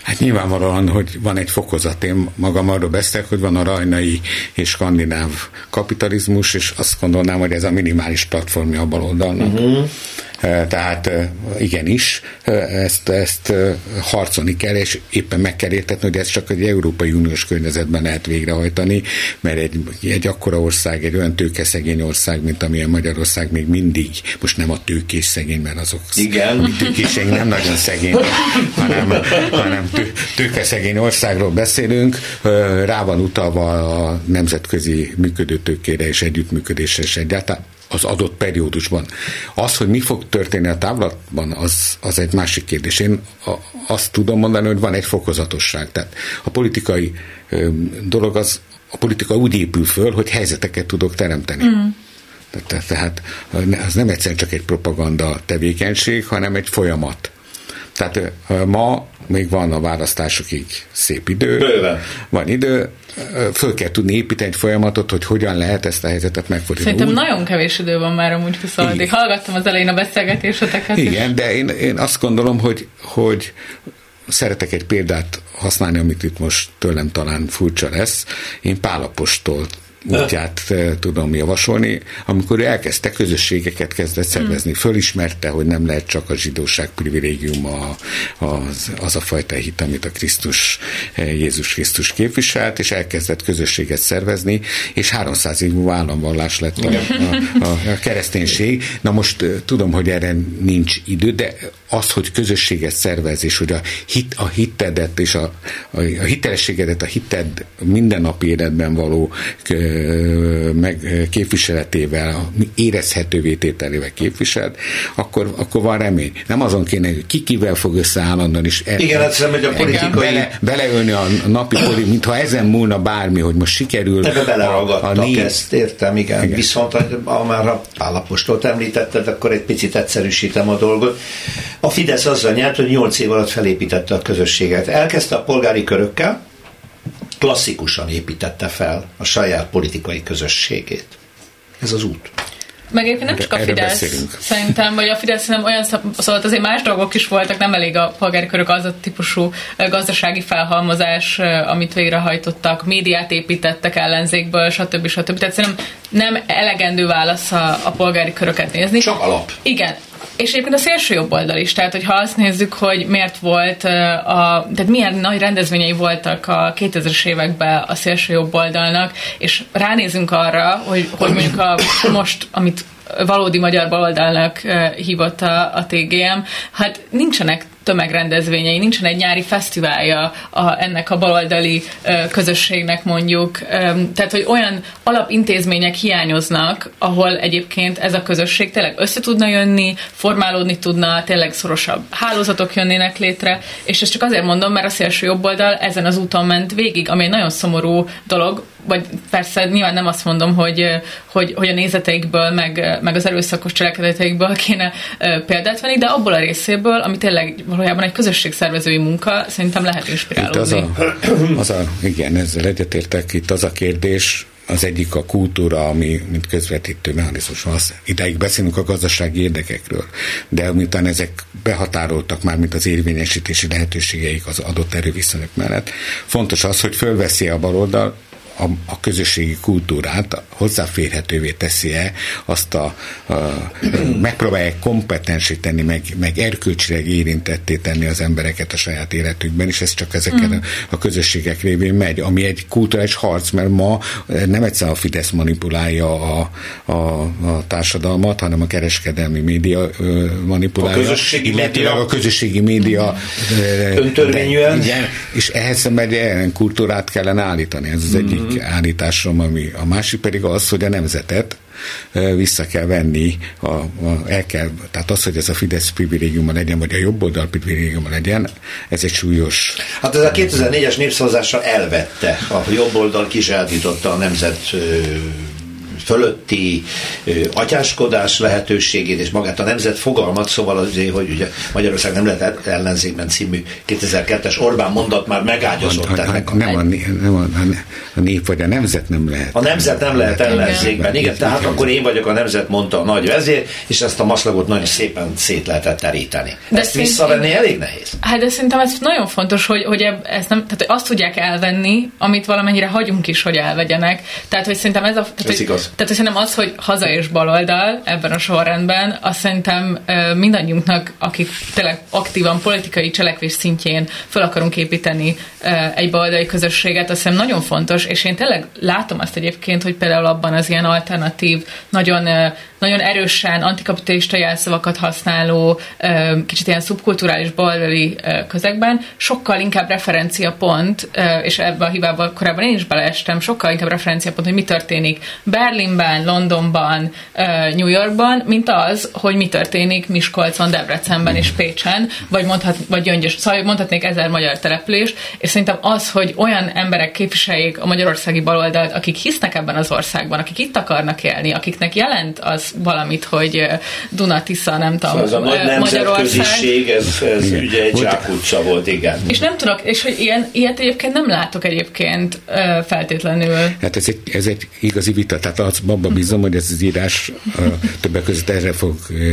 Speaker 3: Hát nyilvánvalóan, hogy van egy fokozat. Én magam arról beszélek, hogy van a rajnai és skandináv kapitalizmus, és azt gondolnám, hogy ez a minimális platformja a baloldalnak. Uh-huh. Tehát igenis, ezt, ezt harcolni kell, és éppen meg kell értetni, hogy ez csak egy Európai Uniós környezetben lehet végrehajtani, mert egy, egy akkora ország, egy olyan tőkeszegény ország, mint amilyen Magyarország még mindig, most nem a tőkés szegény, mert azok
Speaker 2: igen.
Speaker 3: tőkéség nem nagyon szegény, hanem, hanem tő, tőkeszegény országról beszélünk, rá van utalva a nemzetközi működőtőkére és együttműködésre és egyáltalán az adott periódusban. Az, hogy mi fog történni a távlatban, az, az egy másik kérdés. Én a, azt tudom mondani, hogy van egy fokozatosság. Tehát a politikai ö, dolog az, a politika úgy épül föl, hogy helyzeteket tudok teremteni. Mm. Tehát, tehát az nem egyszerűen csak egy propaganda tevékenység, hanem egy folyamat. Tehát ma még van a választásokig szép idő,
Speaker 2: Bőven.
Speaker 3: van idő, föl kell tudni építeni egy folyamatot, hogy hogyan lehet ezt a helyzetet megfordítani.
Speaker 4: Szerintem úgy, nagyon kevés idő van már amúgy huszonaddig. Hallgattam az elején a beszélgetéseteket.
Speaker 3: Igen, de én, én azt gondolom, hogy, hogy szeretek egy példát használni, amit itt most tőlem talán furcsa lesz. Én Pál apostol útját tudom javasolni, amikor ő elkezdte közösségeket kezdett szervezni. Fölismerte, hogy nem lehet csak a zsidóság privilégiuma az, az a fajta hit, amit a Krisztus, Jézus Krisztus képviselt, és elkezdett közösséget szervezni, és háromszáz év múlva államvallás lett a, a, a kereszténység. Na most tudom, hogy erre nincs idő, de az, hogy közösséget szervez, és hogy a, hit, a hitedet és a, a, a hitelességedet, a hited mindennapi életben való meg képviseletével, érezhetővé tételével képviselt, akkor, akkor van remény. Nem azon kéne, hogy ki kivel fog összeállandani, és el,
Speaker 2: igen, hát hogy a politikai...
Speaker 3: bele, beleölni a napi politik, mintha ezen múlna bármi, hogy most sikerül...
Speaker 2: Ebbe beleragadtak,
Speaker 3: a, a név...
Speaker 2: ezt értem, igen. igen. Viszont, ha már a Pál apostolt említetted, akkor egy picit egyszerűsítem a dolgot. A Fidesz azzal nyert, hogy nyolc év alatt felépítette a közösséget. Elkezdte a polgári körökkel, klasszikusan építette fel a saját politikai közösségét. Ez az út.
Speaker 4: Meg egyébként nem csak a Fidesz, beszélünk. Szerintem, vagy a Fidesz, hanem olyan, szóval azért más dolgok is voltak, nem elég a polgári körök az a típusú gazdasági felhalmozás, amit végrehajtottak, médiát építettek ellenzékből, stb. stb. Tehát szerintem nem elegendő válasz a, a polgári köröket nézni.
Speaker 2: Csak alap.
Speaker 4: Igen. És egyébként a szélső jobb oldal is, tehát hogyha azt nézzük, hogy miért volt, a, tehát milyen nagy rendezvényei voltak a kétezres években a szélső jobb oldalnak, és ránézünk arra, hogy, hogy mondjuk a, most, amit valódi magyar baloldalnak hívott a, a té gé em, hát nincsenek tömegrendezvényei, nincsen egy nyári fesztiválja a, ennek a baloldali ö, közösségnek mondjuk. Ö, tehát, hogy olyan alapintézmények hiányoznak, ahol egyébként ez a közösség tényleg össze tudna jönni, formálódni tudna, tényleg szorosabb hálózatok jönnének létre, és ezt csak azért mondom, mert a szélső jobboldal ezen az úton ment végig, ami egy nagyon szomorú dolog, vagy persze nyilván nem azt mondom, hogy, hogy, hogy a nézeteikből, meg, meg az erőszakos cselekedeteikből kéne példát venni, de abból a részéből, ami tényleg valójában egy közösségszervezői munka, szerintem lehet inspirálódni.
Speaker 3: Az a, az a, igen, ezzel egyetértek, itt az a kérdés, az egyik a kultúra, ami mint közvetítő mechanizmus van. Idáig beszélünk a gazdasági érdekekről, de miután ezek behatároltak már, mint az érvényesítési lehetőségeik az adott erőviszonyok mellett, fontos az, hogy fölveszi a baloldal a, a közösségi kultúrát, hozzáférhetővé teszi-e, azt a, a megpróbálják kompetensé tenni, meg, meg erkölcsileg érintetté tenni az embereket a saját életükben, és ez csak ezeken mm. a közösségek révén megy, ami egy kulturális harc, mert ma nem egyszer a Fidesz manipulálja a, a, a társadalmat, hanem a kereskedelmi média manipulálja.
Speaker 2: A közösségi média.
Speaker 3: A közösségi média.
Speaker 2: Öntörvényűen.
Speaker 3: Igen, és ehhez egy ilyen kultúrát kellene állítani. Ez az mm. egyik állításom, ami a másik pedig az, hogy a nemzetet vissza kell venni, a, a, el kell, tehát az, hogy ez a Fidesz privilégiuma legyen, vagy a jobb oldal privilégiuma legyen, ez egy súlyos...
Speaker 2: Hát ez a kétezer-négyes népszavazással elvette, a jobb oldal kiseltította a nemzet fölötti atyáskodás lehetőségét, és magát a nemzet fogalmat, szóval azért, hogy ugye Magyarország nem lehet ellenzékben című kétezer-kettes Orbán mondat már megágyazott
Speaker 3: a,
Speaker 2: ennek.
Speaker 3: A, nem, a, nem a, a nép vagy a nemzet nem lehet.
Speaker 2: A nemzet nem lehet ellenzékben, igen, igen, tehát akkor én vagyok a nemzet, mondta a nagy vezér, és ezt a maszlagot nagyon szépen szét lehetett teríteni. De ezt visszavenni elég nehéz.
Speaker 4: Hát de szerintem ez nagyon fontos, hogy, hogy ezt nem, tehát azt tudják elvenni, amit valamennyire hagyunk is, hogy elvegyenek. Tehát, hogy szerintem ez a... Tehát,
Speaker 2: ez
Speaker 4: hogy,
Speaker 2: igaz.
Speaker 4: Tehát, hogy szerintem az, hogy haza és baloldal ebben a sorrendben, azt szerintem mindannyiunknak, akik tényleg aktívan politikai cselekvés szintjén fel akarunk építeni egy baloldali közösséget, azt hiszem nagyon fontos, és én tényleg látom azt egyébként, hogy például abban az ilyen alternatív, nagyon, nagyon erősen antikapitalista jelszavakat használó, kicsit ilyen szubkulturális baloldali közegben sokkal inkább referenciapont, és ebben a hibában korábban én is beleestem, sokkal inkább referenciapont, hogy mi történik Berlinben, Londonban, New Yorkban, mint az, hogy mi történik Miskolcon, Debrecenben és Pécsen, vagy, mondhat, vagy Gyöngyös, szóval mondhatnék ezer magyar település, és szerintem az, hogy olyan emberek képviseljék a magyarországi baloldalt, akik hisznek ebben az országban, akik itt akarnak élni, akiknek jelent az valamit, hogy Duna-Tisza, nem tudom,
Speaker 2: szóval ez a nagy nemzetköziség, ez, ez ugye egy zsákutca volt, igen.
Speaker 4: És nem tudok, és hogy ilyen, ilyet egyébként nem látok egyébként feltétlenül.
Speaker 3: Hát ez egy, ez egy igazi vita, tehát az, abban bízom, hogy ez az írás többek között erre fog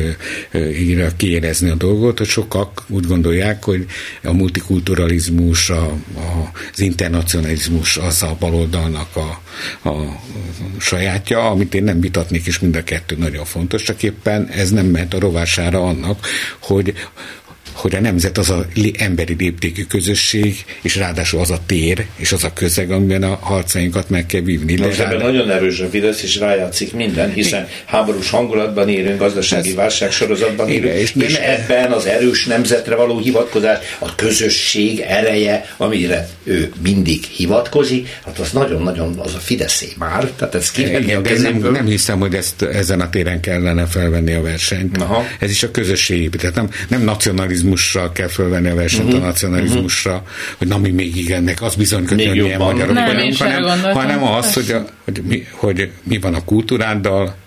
Speaker 3: kiérezni a dolgot, hogy sokak úgy gondolják, hogy a multikulturalizmus, a, a, az internacionalizmus az a baloldalnak a, a sajátja, amit én nem vitatnék, és mind a kettő nagyon fontos, csak éppen ez nem mehet a rovására annak, hogy hogy a nemzet az az emberi léptékű közösség, és ráadásul az a tér, és az a közeg, amiben a harcainkat meg kell vívni.
Speaker 2: Most ebben nagyon erős a Fidesz, és rájátszik minden, hiszen háborús hangulatban élünk, gazdasági ez, válság sorozatban élünk, és, és ebben az erős nemzetre való hivatkozás, a közösség ereje, amire ő mindig hivatkozik, hát az nagyon-nagyon az a Fideszé már, tehát ez kivenni a
Speaker 3: kezemből. Nem, nem hiszem, hogy ezt ezen a téren kellene felvenni a versenyt. Aha. Ez is a közösségi, tehát nem, nem nacionalizmus kell fölvenni a versenyt uh-huh. a nacionalizmusra, uh-huh. hogy na mi még igennek, az bizony, hogy milyen magyarok vagyunk, hanem, hanem az, hogy, a, hogy, mi, hogy mi van a kultúráddal,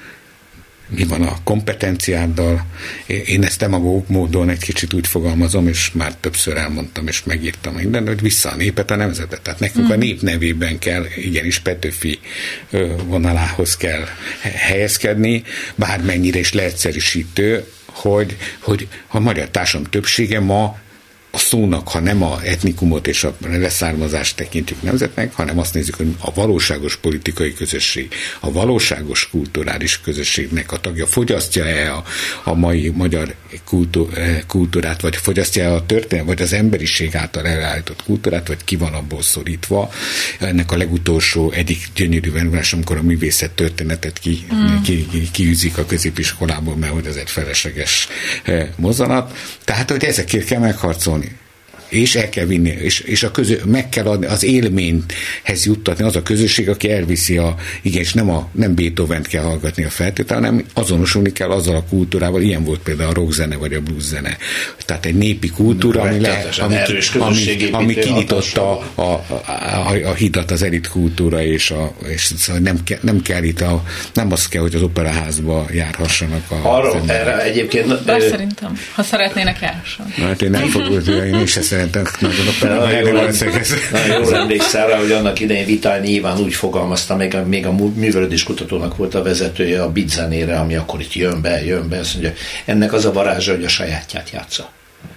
Speaker 3: mi van a kompetenciáddal. Én ezt demagóg módon egy kicsit úgy fogalmazom, és már többször elmondtam, és megírtam minden, hogy vissza a népet, a nemzetet. Tehát nekünk mm. a nép nevében kell, igenis Petőfi vonalához kell helyezkedni, bármennyire is leegyszerűsítő, hogy, hogy a magyar társadalom többsége ma a szónak, ha nem a etnikumot és a leszármazást tekintjük nemzetnek, hanem azt nézzük, hogy a valóságos politikai közösség, a valóságos kulturális közösségnek a tagja fogyasztja-e a, a mai magyar kultú, kultúrát, vagy fogyasztja-e a történet, vagy az emberiség által elállított kultúrát, vagy ki van abból szorítva. Ennek a legutolsó egyik gyönyörű vonás, amikor a művészet történetet ki, mm. ki, ki, kiűzik a középiskolából, mert hogy ez egy felesleges mozzanat. Tehát, hogy ezekért kell megharcolni. És el kell vinni, és, és a közö, meg kell adni, az élményhez juttatni az a közösség, aki elviszi a, igen, és nem, a, nem Beethovent kell hallgatni a feltétel, hanem azonosulni kell azzal a kultúrával, ilyen volt például a rockzene vagy a blueszene. Tehát egy népi kultúra, ami, le, ami, ami, ami kinyitotta a, a, a, a hidat az elit kultúra, és, a, és szóval nem, ke, nem kell itt a, nem az kell, hogy az operaházba járhassanak. A
Speaker 2: arról, erre egyébként...
Speaker 4: Bár szerintem, ha szeretnének járhassanak.
Speaker 3: Hát én nem fogok, én is ezt szerintem nagyon operaházba.
Speaker 2: Nagyon jól emlékszel rá, hogy annak idején Vitály nyilván úgy fogalmazta, még a, még a művelődés kutatónak volt a vezetője a beat zenére, ami akkor itt jön be, jön be, azt mondja, ennek az a varázsa, hogy a sajátját játsza.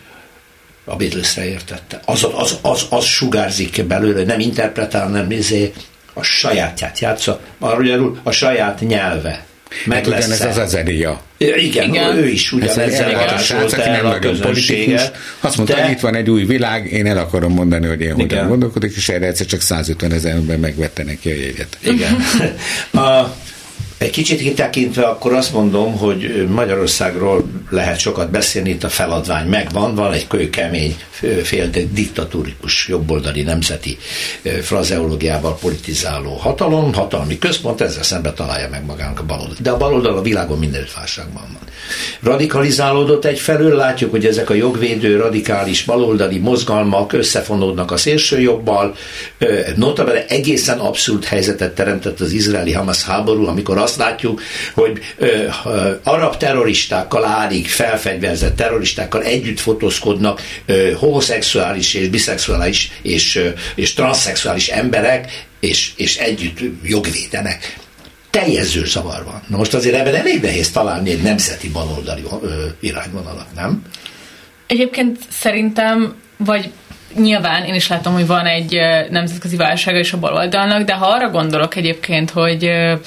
Speaker 2: A Beatlesre értette. Az, az, az, az sugárzik belőle, nem interpretál, nem nézé, a sajátját játsza, magyarul a saját nyelve. Meg
Speaker 3: hát ugyanez az Azeria.
Speaker 2: Igen, igen, ő is ugyanezzel varázsolta el a közönséget.
Speaker 3: Azt mondta, de... hogy itt van egy új világ, én el akarom mondani, hogy én hogyan gondolkodik, és erre egyszer csak százötven ezer ember megvette neki a jegyet.
Speaker 2: Igen. a, Egy kicsit kitekintve akkor azt mondom, hogy Magyarországról lehet sokat beszélni, itt a feladvány megvan, van egy kőkemény, fél diktatórikus, jobboldali nemzeti frazeológiával politizáló hatalom, hatalmi központ, ezzel szemben találja meg magának a baloldal. De a baloldal a világon mindenütt válságban van. Radikalizálódott egyfelől, látjuk, hogy ezek a jogvédő, radikális, baloldali mozgalmak összefonódnak a szélsőjobbal, notabene egészen abszurd helyzetet teremtett az izraeli-Hamas háború, amikor azt látjuk, hogy ö, ö, arab terroristákkal, árig felfegyverzett terroristákkal együtt fotózkodnak ö, homoszexuális és biszexuális és, ö, és transzszexuális emberek, és, és együtt jogvédenek. Teljes zűrzavar van. Na most azért ebben elég nehéz találni egy nemzeti baloldali ö, irányvonalat, nem?
Speaker 4: Egyébként szerintem, vagy nyilván én is látom, hogy van egy nemzetközi válsága is a baloldalnak, de ha arra gondolok egyébként, hogy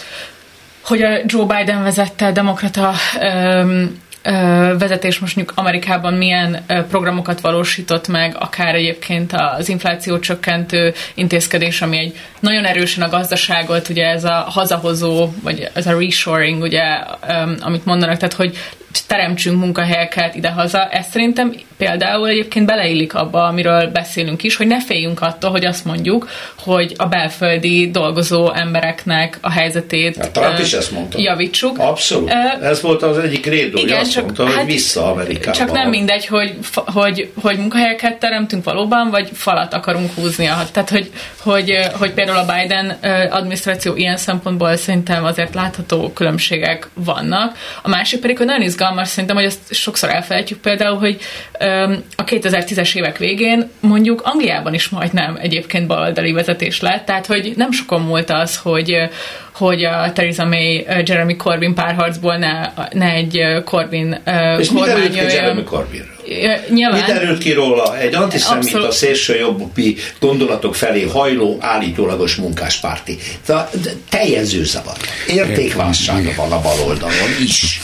Speaker 4: hogy a Joe Biden vezette demokrata öm, vezetés most mondjuk Amerikában milyen programokat valósított meg, akár egyébként az infláció csökkentő intézkedés, ami egy nagyon erősen a gazdaságot, ugye ez a hazahozó, vagy ez a reshoring, ugye, amit mondanak, tehát hogy teremtsünk munkahelyeket idehaza, ez szerintem például egyébként beleillik abba, amiről beszélünk is, hogy ne féljünk attól, hogy azt mondjuk, hogy a belföldi dolgozó embereknek a helyzetét
Speaker 2: hát, Trump is ezt mondta.
Speaker 4: Javítsuk.
Speaker 2: Abszolút. Uh, ez volt az egyik krédó, hogy azt csak, mondta, hogy hát, vissza Amerikába.
Speaker 4: Csak nem mindegy, hogy, hogy, hogy munkahelyeket teremtünk valóban, vagy falat akarunk húzni. Tehát, hogy, hogy, hogy például a Biden adminisztráció ilyen szempontból szerintem azért látható különbségek vannak. A másik pedig, hogy nagyon izgalmas szerintem, hogy ezt sokszor elfelejtjük például, hogy a kétezer-tízes évek végén mondjuk Angliában is majdnem egyébként baloldali vezetés lett, tehát hogy nem sokon múlt az, hogy, hogy a Theresa May, Jeremy Corbyn párharcból ne, ne egy Corbyn
Speaker 2: és kormány jöjjön. És mi derült ki Jeremy Corbynről? Nyilván. Mi derült ki róla? Egy antiszemita szélsőjobbi gondolatok felé hajló, állítólagos munkáspárti. Teljes zűrzavar. Értékválsága van a baloldalon is.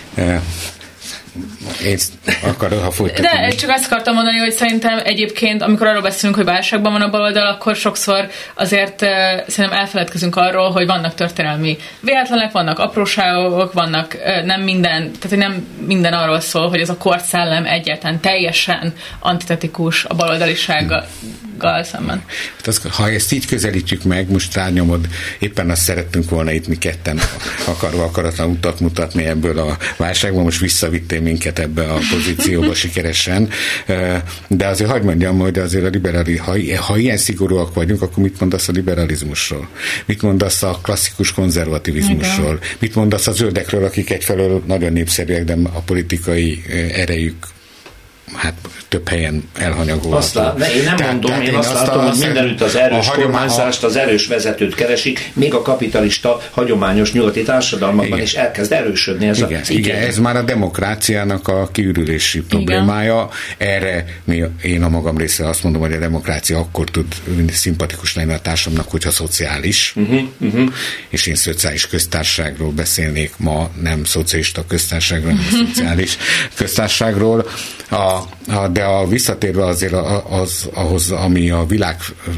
Speaker 3: Én akarok, ha folytatni.
Speaker 4: De csak azt akartam mondani, hogy szerintem egyébként, amikor arról beszélünk, hogy válságban van a baloldal, akkor sokszor azért uh, szerintem elfeledkezünk arról, hogy vannak történelmi véletlenek, vannak apróságok, vannak uh, nem minden, tehát hogy nem minden arról szól, hogy ez a korszellem egyáltalán teljesen antitetikus a baloldalisággal szemben.
Speaker 3: Hát az, ha ezt így közelítjük meg, most rányomod, éppen azt szerettünk volna itt mi ketten akarva akaratlan utat mutatni ebből a válságban, most visszavittél minket ebbe a pozícióba sikeresen, de azért hagyd mondjam, hogy azért a liberali, ha, ha ilyen szigorúak vagyunk, akkor mit mondasz a liberalizmusról? Mit mondasz a klasszikus konzervativizmusról? Igen. Mit mondasz a zöldekről, akik egyfelől nagyon népszerűek, de a politikai erejük hát több helyen elhanyagolható.
Speaker 2: Én nem tehát, mondom, tehát én, én azt látom, hogy mindenütt az erős kormányzást, az erős vezetőt keresik, még a kapitalista, hagyományos nyugati társadalmakban is elkezd erősödni ez
Speaker 3: igen,
Speaker 2: a...
Speaker 3: Igen, ez már a demokráciának a kiürülési problémája. Igen. Erre mi, én a magam részéről azt mondom, hogy a demokrácia akkor tud szimpatikus lenni a társadalomnak, hogyha szociális, uh-huh, uh-huh. és én szociális köztársaságról beszélnék ma, nem szocialista köztársaságról, hanem szociális köztársaságról. A A, de a visszatérve azért az, ahhoz, ami a világ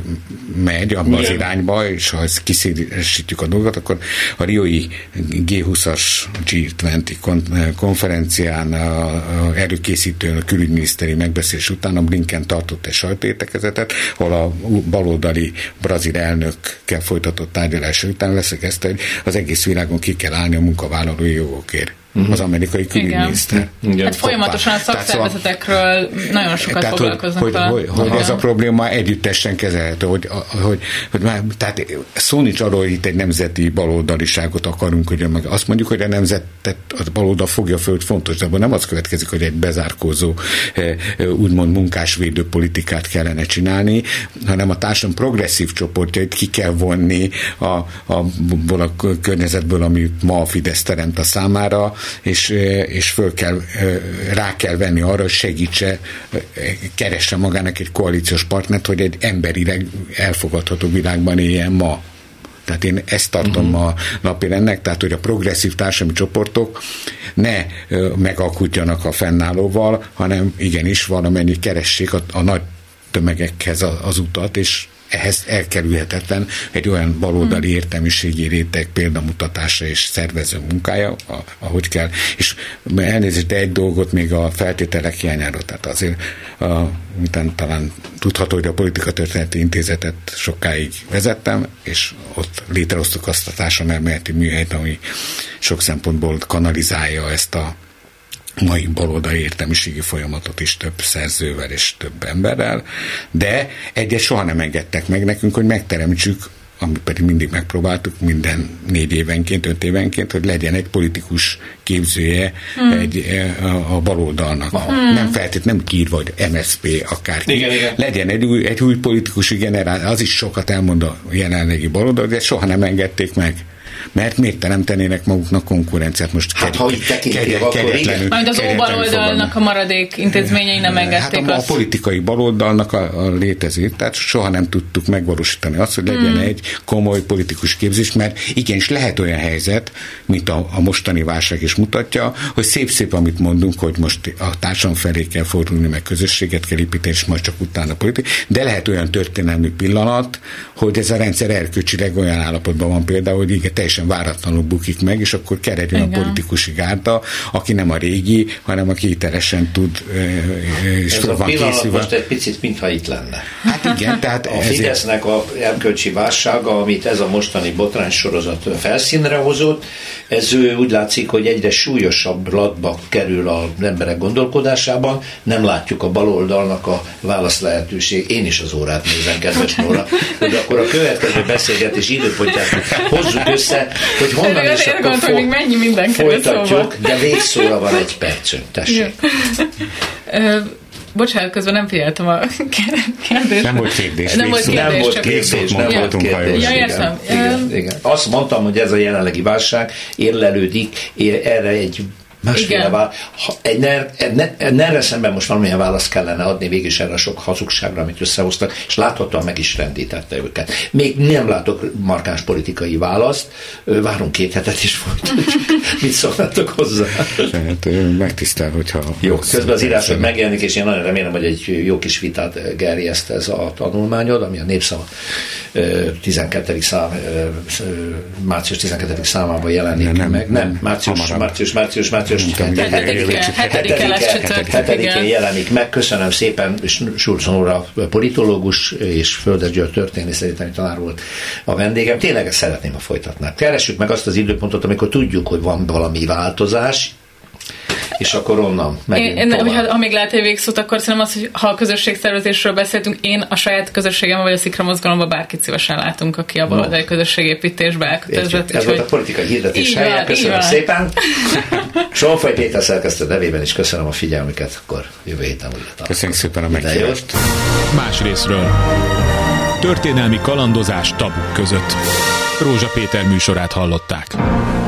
Speaker 3: megy, abban az irányba, és ha ezt kiszélesítjük a dolgot, akkor a riói gé húszas gé húsz konferencián a, a előkészítőn a külügyminiszteri megbeszélés után a Blinken tartott egy sajtóértekezetet, ahol a baloldali brazil elnökkel folytatott tárgyalás után leszögezte, hogy az egész világon ki kell állni a munkavállalói jogokért. Uh-huh. Az amerikai külügyminiszter.
Speaker 4: Hát folyamatosan a szakszervezetekről nagyon sokat tehát, foglalkoznak
Speaker 3: hogy, hogy, hogy, hogy ez a probléma együttesen kezelhető, hogy, hogy, hogy már, tehát szó nincs arról, hogy itt egy nemzeti baloldaliságot akarunk, hogy meg azt mondjuk, hogy a nemzetet a baloldal fogja föl, hogy fontos, de abban nem az következik, hogy egy bezárkózó úgymond munkásvédő politikát kellene csinálni, hanem a társadalom progresszív csoportjait ki kell vonni a, a, a, a környezetből, amit ma a Fidesz teremt a számára, és, és föl kell, rá kell venni arra, hogy segítse, keresse magának egy koalíciós partnert, hogy egy emberileg elfogadható világban éljen ma. Tehát én ezt tartom uh-huh. a napirendnek, tehát hogy a progresszív társadalmi csoportok ne megalkutjanak a fennállóval, hanem igenis valamennyi keressék a, a nagy tömegekhez az utat, és ehhez elkerülhetetlen egy olyan baloldali hmm. értelmiségi réteg példamutatása és szervező munkája, ahogy kell. És elnézést, de egy dolgot még a feltételek hiányáról. Tehát azért a, után talán tudható, hogy a Politikatörténeti Intézetet sokáig vezettem, és ott létrehoztuk azt a társadalomelméleti műhelyt, ami sok szempontból kanalizálja ezt a mai baloldali értelmiségi folyamatot is több szerzővel és több emberrel, de egyet soha nem engedtek meg nekünk, hogy megteremtsük, amit pedig mindig megpróbáltuk minden négy évenként, öt évenként, hogy legyen egy politikus képzője hmm. egy, a, a baloldalnak. Hmm. Nem feltétlenül, nem kiírva, hogy em es zé pé akárki. Igen, igen. Legyen egy új, egy új politikusi generáció, az is sokat elmond a jelenlegi baloldal, de soha nem engedték meg. Mert miért teremtenének maguknak konkurenciát most
Speaker 2: hát, ha így tekintik, akkor igen.
Speaker 4: Majd az óbaloldalnak a maradék intézményei nem engedték
Speaker 3: hát a, a politikai baloldalnak a, a létezét, tehát soha nem tudtuk megvalósítani azt, hogy legyen hmm. egy komoly politikus képzés, mert igenis lehet olyan helyzet, mint a, a mostani válság is mutatja, hogy szép-szép, amit mondunk, hogy most a társadalom felé kell fordulni, meg közösséget kell építeni, és majd csak utána politik, de lehet olyan történelmi pillanat, hogy ez a rendszer erkölcsileg olyan állapotban van például, hogy igen, teljesen váratlanul bukik meg, és akkor kell egy olyan politikusi gárda, aki nem a régi, hanem aki hitelesen tud és
Speaker 2: ez
Speaker 3: fel van készülve. Ez a pillanat
Speaker 2: most egy picit mintha itt lenne.
Speaker 3: Hát igen, tehát
Speaker 2: a Fidesznek a erkölcsi válsága, amit ez a mostani botrány sorozat felszínre hozott, ez úgy látszik, hogy egyre súlyosabb latba kerül az emberek gondolkodásában, nem látjuk a baloldalnak a válasz lehetőség. Én is az órát nézem, kedves Nóra, hogy akkor a következő beszélgetés időpontját hozzuk össze, hogy honnan is akkor
Speaker 4: fo- még mennyi minden
Speaker 2: folytatjuk, de végszóra van egy percünk. Tessék.
Speaker 4: Bocsánat, közben nem figyeltem a kérdést.
Speaker 3: Nem volt kérdés.
Speaker 4: Nem volt kérdés.
Speaker 2: Nem volt kérdés. Nem volt kérdés.
Speaker 4: Ja, értem.
Speaker 2: Igen, igen. Azt mondtam, hogy ez a jelenlegi válság érlelődik, ér, erre egy másféle válasz. Erre szemben most valamilyen választ kellene adni végig erre a sok hazugságra, amit összehoztak, és láthatóan meg is rendítette őket. Még nem látok markáns politikai választ, várunk két hetet is folytatjuk. Mit szólnátok hozzá?
Speaker 3: Hát, megtisztel, hogyha...
Speaker 2: Jó, közben az írás, hogy megjelenik, és én nagyon remélem, hogy egy jó kis vitát gerjeszt ez a tanulmányod, ami a Népszava tizenkettedik szám, március tizenkettedik számában jelenik nem, meg. Nem, március, március, március, március hetedikén jelenik meg. Köszönöm szépen, Schulz Nóra politológus és Földes György történész egyetemi tanár volt a vendégem. Tényleg ezt szeretném, ha folytatnák. Keressük meg azt az időpontot, amikor tudjuk, hogy van valami változás, és akkor onnan megint
Speaker 4: én, én, hogyha, ha még lehet egy végszót, akkor szerintem az, hogy ha a közösségszervezésről beszéltünk, én a saját közösségem vagy a Szikra mozgalomban bárkit szívesen látunk, aki a baloldali közösségépítésbe elkötelezett.
Speaker 2: Ez volt a politikai hirdetés helyen. Köszönöm szépen. Sonfaj Péter szerkesztő nevében is köszönöm a figyelmüket, akkor jövő héten újra találkozunk.
Speaker 3: Köszönjük szépen a meghívást.
Speaker 1: Más részről. Történelmi kalandozás tabuk között. Rózsa Péter műsorát hallották.